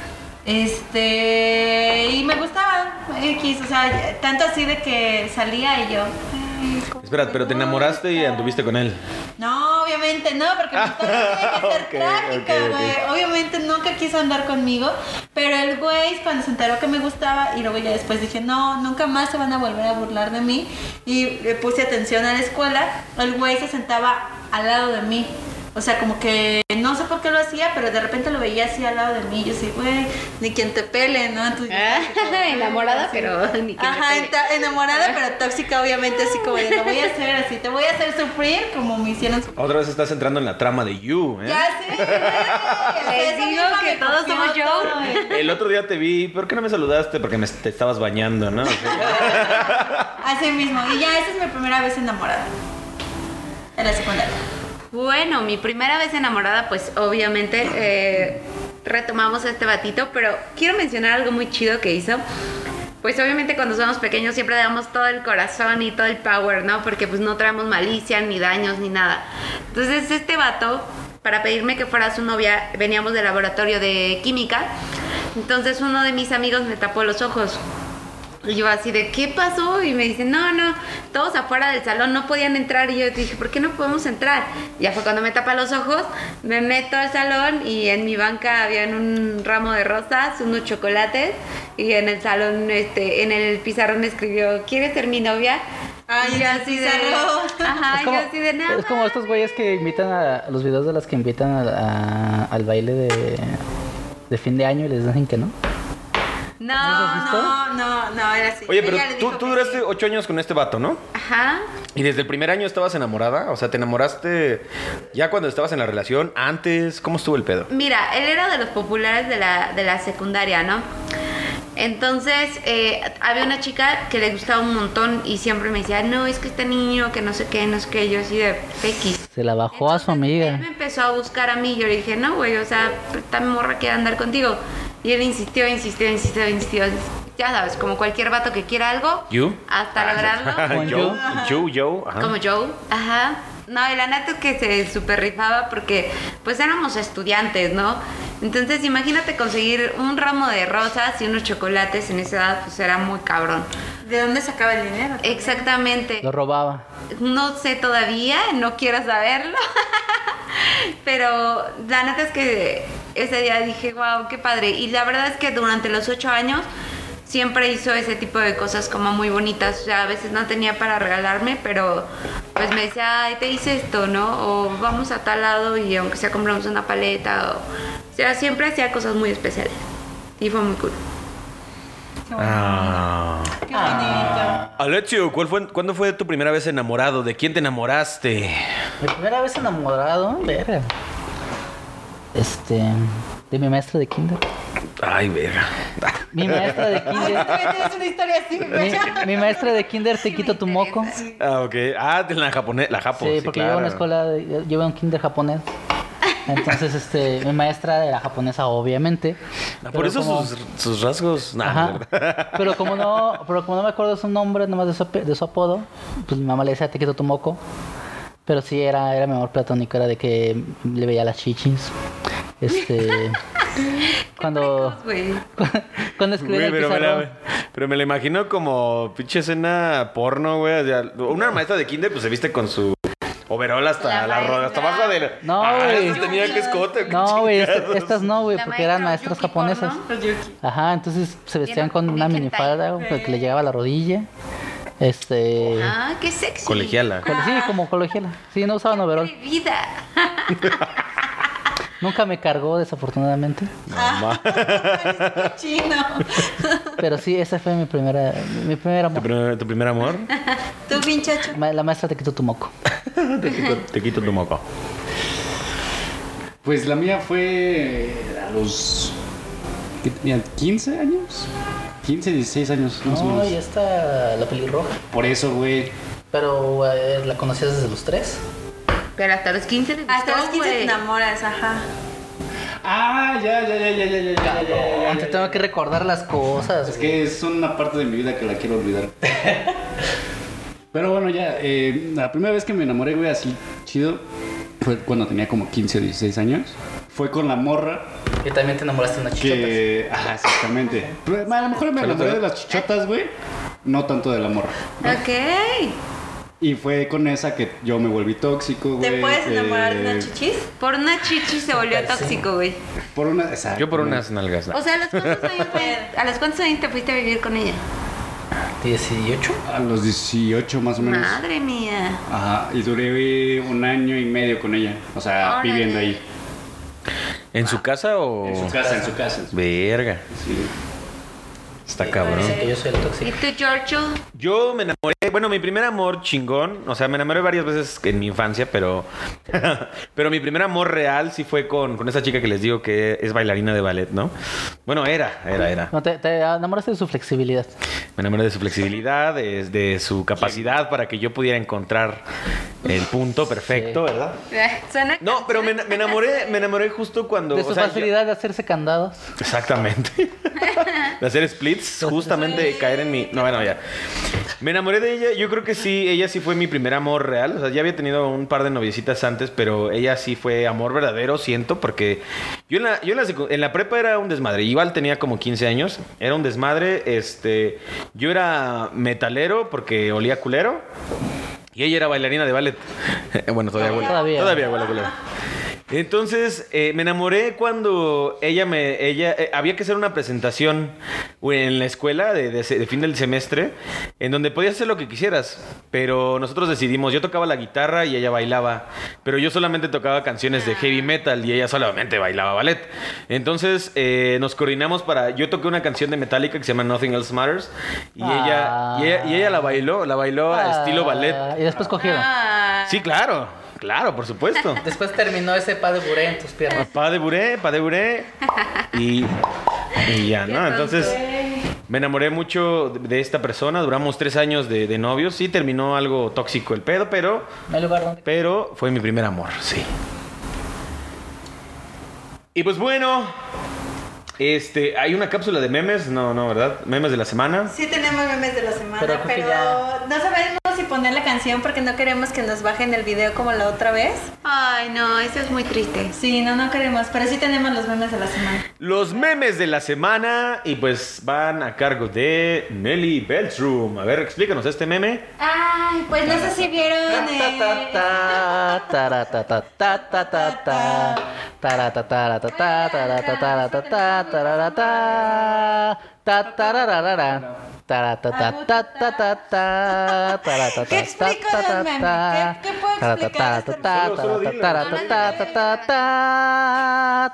Este, y me gustaba X, o sea, tanto así de que salía y yo. ay, cómo Espera, me pero te enamoraste y gusta. anduviste con él. No, obviamente no, porque mi historia tiene que ser Ok, trágica, ok, ok. güey. Obviamente nunca quiso andar conmigo, pero el güey cuando se enteró que me gustaba y luego ya después dije, no, nunca más se van a volver a burlar de mí y le puse atención a la escuela, el güey se sentaba al lado de mí. O sea, como que no sé por qué lo hacía, pero de repente lo veía así al lado de mí. Yo así, güey, ni quien te pele, ¿no? Entonces, Ah, yo así como, enamorada, así. pero ni quien me Ajá, pele. enta- enamorada, pero tóxica, obviamente, así como de, lo voy a hacer así, te voy a hacer sufrir como me hicieron sufrir. Otra vez estás entrando en la trama de You, ¿eh? Ya sé, güey. Les Esa digo misma que me todos copió somos yo. todo, güey. El otro día te vi, ¿por qué no me saludaste? Porque me, te estabas bañando, ¿no? O sea, Así mismo. Y ya, esa es mi primera vez enamorada. En la secundaria. Bueno, mi primera vez enamorada, pues obviamente eh, retomamos a este batito, pero quiero mencionar algo muy chido que hizo. Pues obviamente cuando somos pequeños siempre damos todo el corazón y todo el power, ¿no? Porque pues no traemos malicia, ni daños, ni nada. Entonces este vato, para pedirme que fuera su novia, veníamos del laboratorio de química. Entonces uno de mis amigos me tapó los ojos. Y yo así de, ¿qué pasó? Y me dice, no, no, todos afuera del salón no podían entrar. Y yo dije, ¿por qué no podemos entrar? Ya fue cuando me tapa los ojos, me meto al salón y en mi banca habían un ramo de rosas, unos chocolates. Y en el salón, este, en el pizarrón escribió, ¿quieres ser mi novia? Ay, y yo en el así de, pizarrón. ajá, Es como, yo así de nada. es como estos güeyes que invitan a los videos de las que invitan a- a- al baile de, de fin de año y les dicen que no. No, has visto? No, no, no, era así. Oye, pero Ella le tú, dijo tú que duraste sí. ocho años con este vato, ¿no? Ajá. Y desde el primer año estabas enamorada, o sea, ¿te enamoraste ya cuando estabas en la relación? ¿Antes? ¿Cómo estuvo el pedo? Mira, él era de los populares de la, de la secundaria, ¿no? Entonces, eh, había una chica que le gustaba un montón y siempre me decía, no, es que este niño, que no sé qué, no sé qué, yo así de X. Se la bajó a su Entonces, amiga. Él me empezó a buscar a mí, yo le dije, no, güey, o sea, esta morra quiere andar contigo. Y él insistió, insistió, insistió, insistió. Ya sabes, como cualquier vato que quiera algo, ¿You? hasta lograrlo. Como Joe, Joe, Joe. Ajá. Como Joe, ajá. No, y la neta es que se súper rifaba porque pues éramos estudiantes, ¿no? Entonces imagínate conseguir un ramo de rosas y unos chocolates en esa edad, pues era muy cabrón. ¿De dónde sacaba el dinero? Exactamente. Lo robaba. No sé todavía, no quiero saberlo. Pero la neta es que ese día dije, wow, qué padre. Y la verdad es que durante los ocho años siempre hizo ese tipo de cosas como muy bonitas. O sea, a veces no tenía para regalarme, pero pues me decía, ay, te hice esto, ¿no? O vamos a tal lado y aunque sea compramos una paleta. O, o sea, siempre hacía cosas muy especiales. Y fue muy cool. Qué bonito. Ah. Qué bonito. Alexio, ¿cuál fue, ¿cuándo fue tu primera vez enamorado? ¿De quién te enamoraste? Mi primera vez enamorado, verga. Este. De mi maestra de kinder. Ay, verga. Mi maestra de kinder. Tienes una historia así, güey. Mi, mi maestra de kinder te quito tu moco. Ah, ok. Ah, de la japonés, la japo. Sí, porque yo iba a una escuela, de- yo iba a un kinder japonés. Entonces, este, mi maestra era japonesa, obviamente. Ah, por pero eso como- sus, sus rasgos. Nah, Ajá. ¿verdad? Pero como no, pero como no me acuerdo de su nombre, nomás de su, ape- de su apodo, pues mi mamá le decía, te quito tu moco. Pero sí, era, era mi amor platónico, era de que le veía las chichis. Este. Cuando. Güey. Cuando escribía Güey, en el pero, me pizarrón. la, pero me la imagino como pinche escena porno, güey. O sea, una maestra de kinder, pues se viste con su overol hasta La la, ro- hasta maestra. abajo de la... No, ah, güey. esas tenía que escote. No, güey, esta- chingados. estas no, güey, La porque eran maestra maestras Yuki japonesas. porno. Yuki. Ajá, entonces se vestían Bien, con una bien minifalda hentai. güey, que le llegaba a la rodilla. Este. Ah, qué sexy. Colegiala. col- Sí, como colegiala. Sí, no usaban overol. Mi vida. Nunca me cargó, desafortunadamente. Mamá. Chino. Pero sí, esa fue mi primera, mi primer ¿Tu, amor. primer, tu primer amor? Tú, pinchacho. Ma- La maestra te quitó tu moco. Te quito, te quito tu moco. Pues la mía fue a los... ¿Qué tenía? ¿quince años? quince, dieciséis años, más o No, menos. y está la pelirroja. Por eso, güey. Pero eh, la conocías desde los tres. Pero hasta los quince le gustó, Hasta los quince te güey. enamoras, ajá. Ah, ya, ya, ya, ya, ya, ya, ya, ya, ya, Antes ya. tengo que recordar las cosas. Es güey. que es una parte de mi vida que la quiero olvidar. Pero bueno, ya, eh, la primera vez que me enamoré, güey, así chido, fue cuando tenía como quince o dieciséis años. Fue con la morra Y también te enamoraste de una chichota. que... Ajá, exactamente. Pero, a lo mejor me enamoré de las chichotas, güey. No tanto de la morra. Ok. Y fue con esa que yo me volví tóxico, güey. ¿Te puedes enamorar de eh, una chichis? Por una chichi se volvió tóxico, güey. Por una... Exacto. Yo por unas nalgas. O sea, ¿a los cuántos años, fue- ¿a los cuántos años te fuiste a vivir con ella? ¿dieciocho? A los dieciocho más o menos. Madre mía. Ajá, y duré un año y medio con ella. O sea, Órale. viviendo ahí. ¿En su casa o...? En su casa, en su casa. Verga. Sí. Está cabrón. Dicen que yo soy el ¿Y tóxico. tú, Giorgio? Yo me enamoré, bueno, mi primer amor chingón, o sea, me enamoré varias veces en mi infancia, pero pero mi primer amor real sí fue con, con esa chica que les digo que es bailarina de ballet, ¿no? Bueno, era, era, era. No, te, te enamoraste de su flexibilidad. Me enamoré de su flexibilidad, de, de su capacidad para que yo pudiera encontrar el punto perfecto, Sí. ¿verdad? Suena No, pero me, me enamoré, me enamoré justo cuando... De o su sea, facilidad de hacerse candados. yo- exactamente. De hacer splits, justamente caer en mi... No, bueno, ya. Me enamoré de ella, yo creo que sí, ella sí fue mi primer amor real. O sea, ya había tenido un par de noviecitas antes, pero ella sí fue amor verdadero, siento, porque yo en la, yo en la, secu- en la prepa era un desmadre. Igual tenía como quince años, era un desmadre. Este, yo era metalero porque olía culero. Y ella era bailarina de ballet. Bueno, todavía huele. Todavía. Todavía huele culero. Entonces eh, me enamoré cuando ella me ella eh, había que hacer una presentación en la escuela de, de se- de fin del semestre en donde podías hacer lo que quisieras, pero nosotros decidimos, yo tocaba la guitarra y ella bailaba, pero yo solamente tocaba canciones de heavy metal y ella solamente bailaba ballet. Entonces eh, nos coordinamos para, yo toqué una canción de Metallica que se llama Nothing Else Matters y, Ah. ella, y ella y ella la bailó, la bailó a estilo ballet. Ah, Y después cogieron. Ah, Sí, claro, claro, por supuesto. Después terminó ese pa de buré en tus piernas. Pa de buré, pa de buré. Y, y ya, ¿no? Entonces me enamoré mucho de, de esta persona. Duramos tres años de, de novios. Sí, terminó algo tóxico el pedo, pero, No hay lugar donde. pero fue mi primer amor, sí. Y pues bueno, este, hay una cápsula de memes, no, no, ¿verdad? Memes de la semana. Sí tenemos memes de la semana, Pero pero, creo que ya- no sabemos si poner la canción porque no queremos que nos bajen el video como la otra vez. Ay, no, eso es muy triste. Sí, no, no queremos, pero sí tenemos los memes de la semana. Los memes de la semana y pues van a cargo de Nelly Beltrum. A ver, explícanos este meme. Ay, pues no sé si vieron eh, ¿Qué explico los memes? ¿Qué- qué puedo explicar de este Solo- solo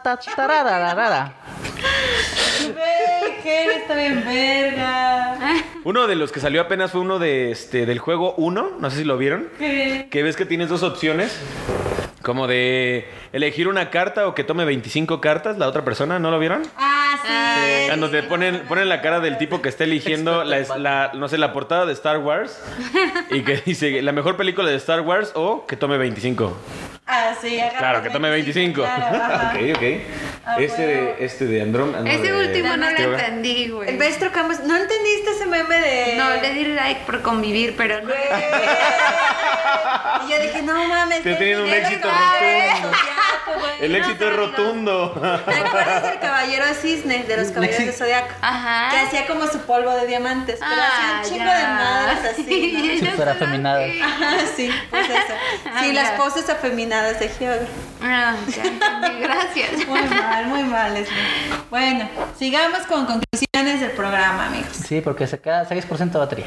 dilo. Ve, que está bien verga. Uno de los que salió apenas fue uno de este del juego uno, no sé si lo vieron. Que ves que tienes dos opciones. Como de elegir una carta o que tome veinticinco cartas la otra persona, ¿no lo vieron? Ah, sí. Cuando te ponen, ponen la cara del tipo que está eligiendo la, la, no sé, la portada de Star Wars y que dice la mejor película de Star Wars o que tome veinticinco. Ah, sí. agarra Claro, que tome veinticinco. Claro, ajá. ok, ok. Ah, este, bueno. de, este de Androm... no, Ese de- último no de- lo entendí, güey. ¿Ves, trocamos? ¿No entendiste ese meme de...? No, le di like por convivir, pero no. Y yo dije, no mames. Te qué tienen un dinero éxito cabe, rotundo. Zodiaco, güey. El No, éxito es pero- rotundo. ¿Te acuerdas del caballero cisne de los caballeros de Zodiaco? Ajá. Que hacía como su polvo de diamantes, pero Ah, hacía un chingo ya. de madres así, ¿no? Súper afeminada. Ajá, sí, pues eso. Ah, Sí, las ya. poses afeminadas de Hyogre. Ah, ya entendí, gracias. Muy mal, muy mal, Leslie. Bueno, sigamos con conclusiones del programa, amigos. Sí, porque se queda seis por ciento de batería.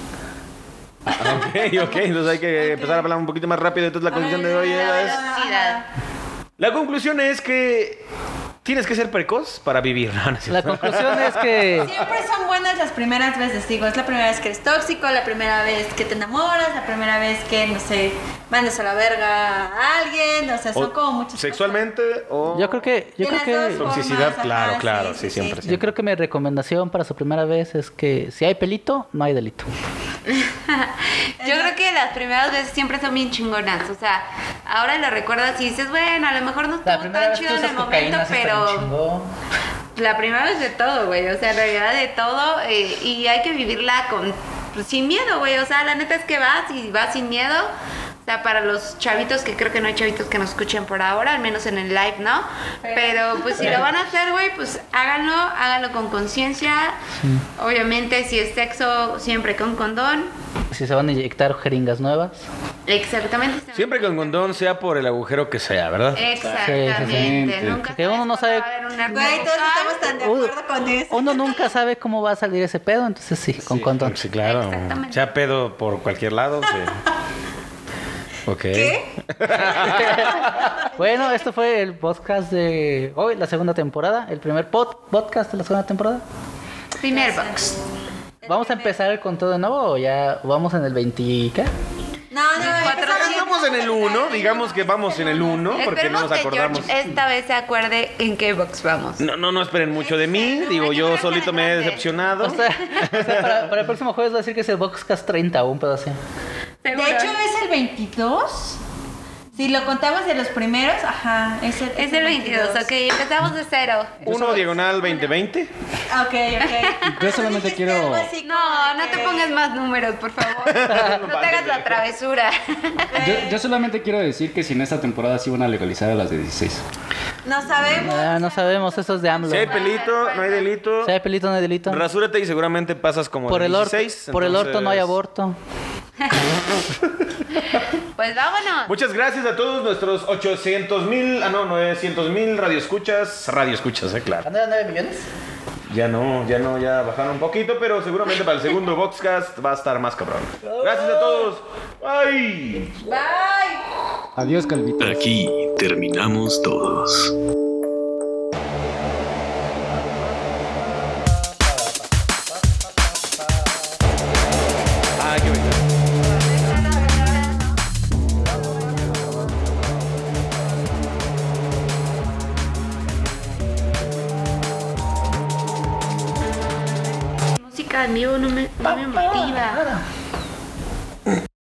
ok, ok. Entonces hay que empezar a hablar un poquito más rápido. Entonces la conclusión de hoy es... Velocidad. La conclusión es que tienes que ser precoz para vivir. No, no es La cierto. conclusión es que Siempre son buenas las primeras veces, digo, es la primera vez que eres tóxico, la primera vez que te enamoras, la primera vez que, no sé, mandas a la verga a alguien, o sea, son O como muchas sexualmente o... yo creo que yo De creo las que dos Toxicidad, formas, claro, ajá, claro, sí, sí, sí, siempre. sí. yo creo que mi recomendación para su primera vez es que si hay pelito, no hay delito. Yo creo que las primeras veces siempre son bien chingonas. O sea, ahora lo recuerdas y dices, bueno, a lo mejor no estuvo tan chido en el momento, pero la primera vez de todo, güey. O sea, en realidad de todo. eh, y hay que vivirla con pues, sin miedo, güey. O sea, la neta es que vas y vas sin miedo. O sea, para los chavitos, que creo que no hay chavitos que nos escuchen por ahora, al menos en el live, ¿no? Pero pues si lo van a hacer, güey, pues háganlo, háganlo con conciencia. Obviamente, si es sexo, siempre con condón. Si se van a inyectar jeringas nuevas. Exactamente. Siempre con condón, sea por el agujero que sea, ¿verdad? Exactamente. Sí, sí, sí. Nunca Porque uno no sabes sabe- cuándo va a haber un Güey, todos arco estamos tan de Uno- acuerdo con eso. Uno nunca sabe cómo va a salir ese pedo, entonces sí, con condón. Sí, claro. Exactamente. Sea pedo por cualquier lado. Sí. Ok. ¿Qué? Bueno, esto fue el podcast de hoy, la segunda temporada, el primer pod- podcast de la segunda temporada. Primer box. ¿Vamos a empezar con todo de nuevo o ya vamos en el veinte? ¿Qué? No, no, empezamos bien. Estamos en el uno, digamos que vamos en el uno, porque no Esperemos nos que acordamos. George esta vez se acuerde en qué box vamos. No, no, no esperen mucho de mí. Digo, yo solito me he decepcionado. O sea, o sea, para, para el próximo jueves va a decir que es el Boxcast treinta o un pedo así. De ¿Seguro? hecho, es el veintidós. Si lo contamos de los primeros, ajá, es el, Es el veintidós, ok, empezamos de cero. Uno diagonal veinte veinte. Ok, ok. Yo solamente Dijiste quiero- algo así como No, de no te que- pongas más números, por favor. No te hagas la travesura. Yo, yo solamente quiero decir que si en esta temporada sí van a legalizar a las de dieciséis. No sabemos. Ah, no sabemos, eso es de AMLO. Si hay pelito, no hay delito. Si hay pelito, no hay delito. Rasúrate y seguramente pasas como Por de el, orto, dieciséis. por el orto no hay entonces- aborto. Pues vámonos. Muchas gracias a todos nuestros ochocientos mil, ah no, novecientos mil radioescuchas. Radioescuchas, eh, claro. ¿No eran nueve millones? Ya no, ya no, ya bajaron un poquito, pero seguramente para el segundo Boxcast va a estar más cabrón. Gracias a todos. Bye. Bye. Adiós, Calvito. Aquí terminamos todos. Ah, qué bonito. Música en vivo no me, no me motiva.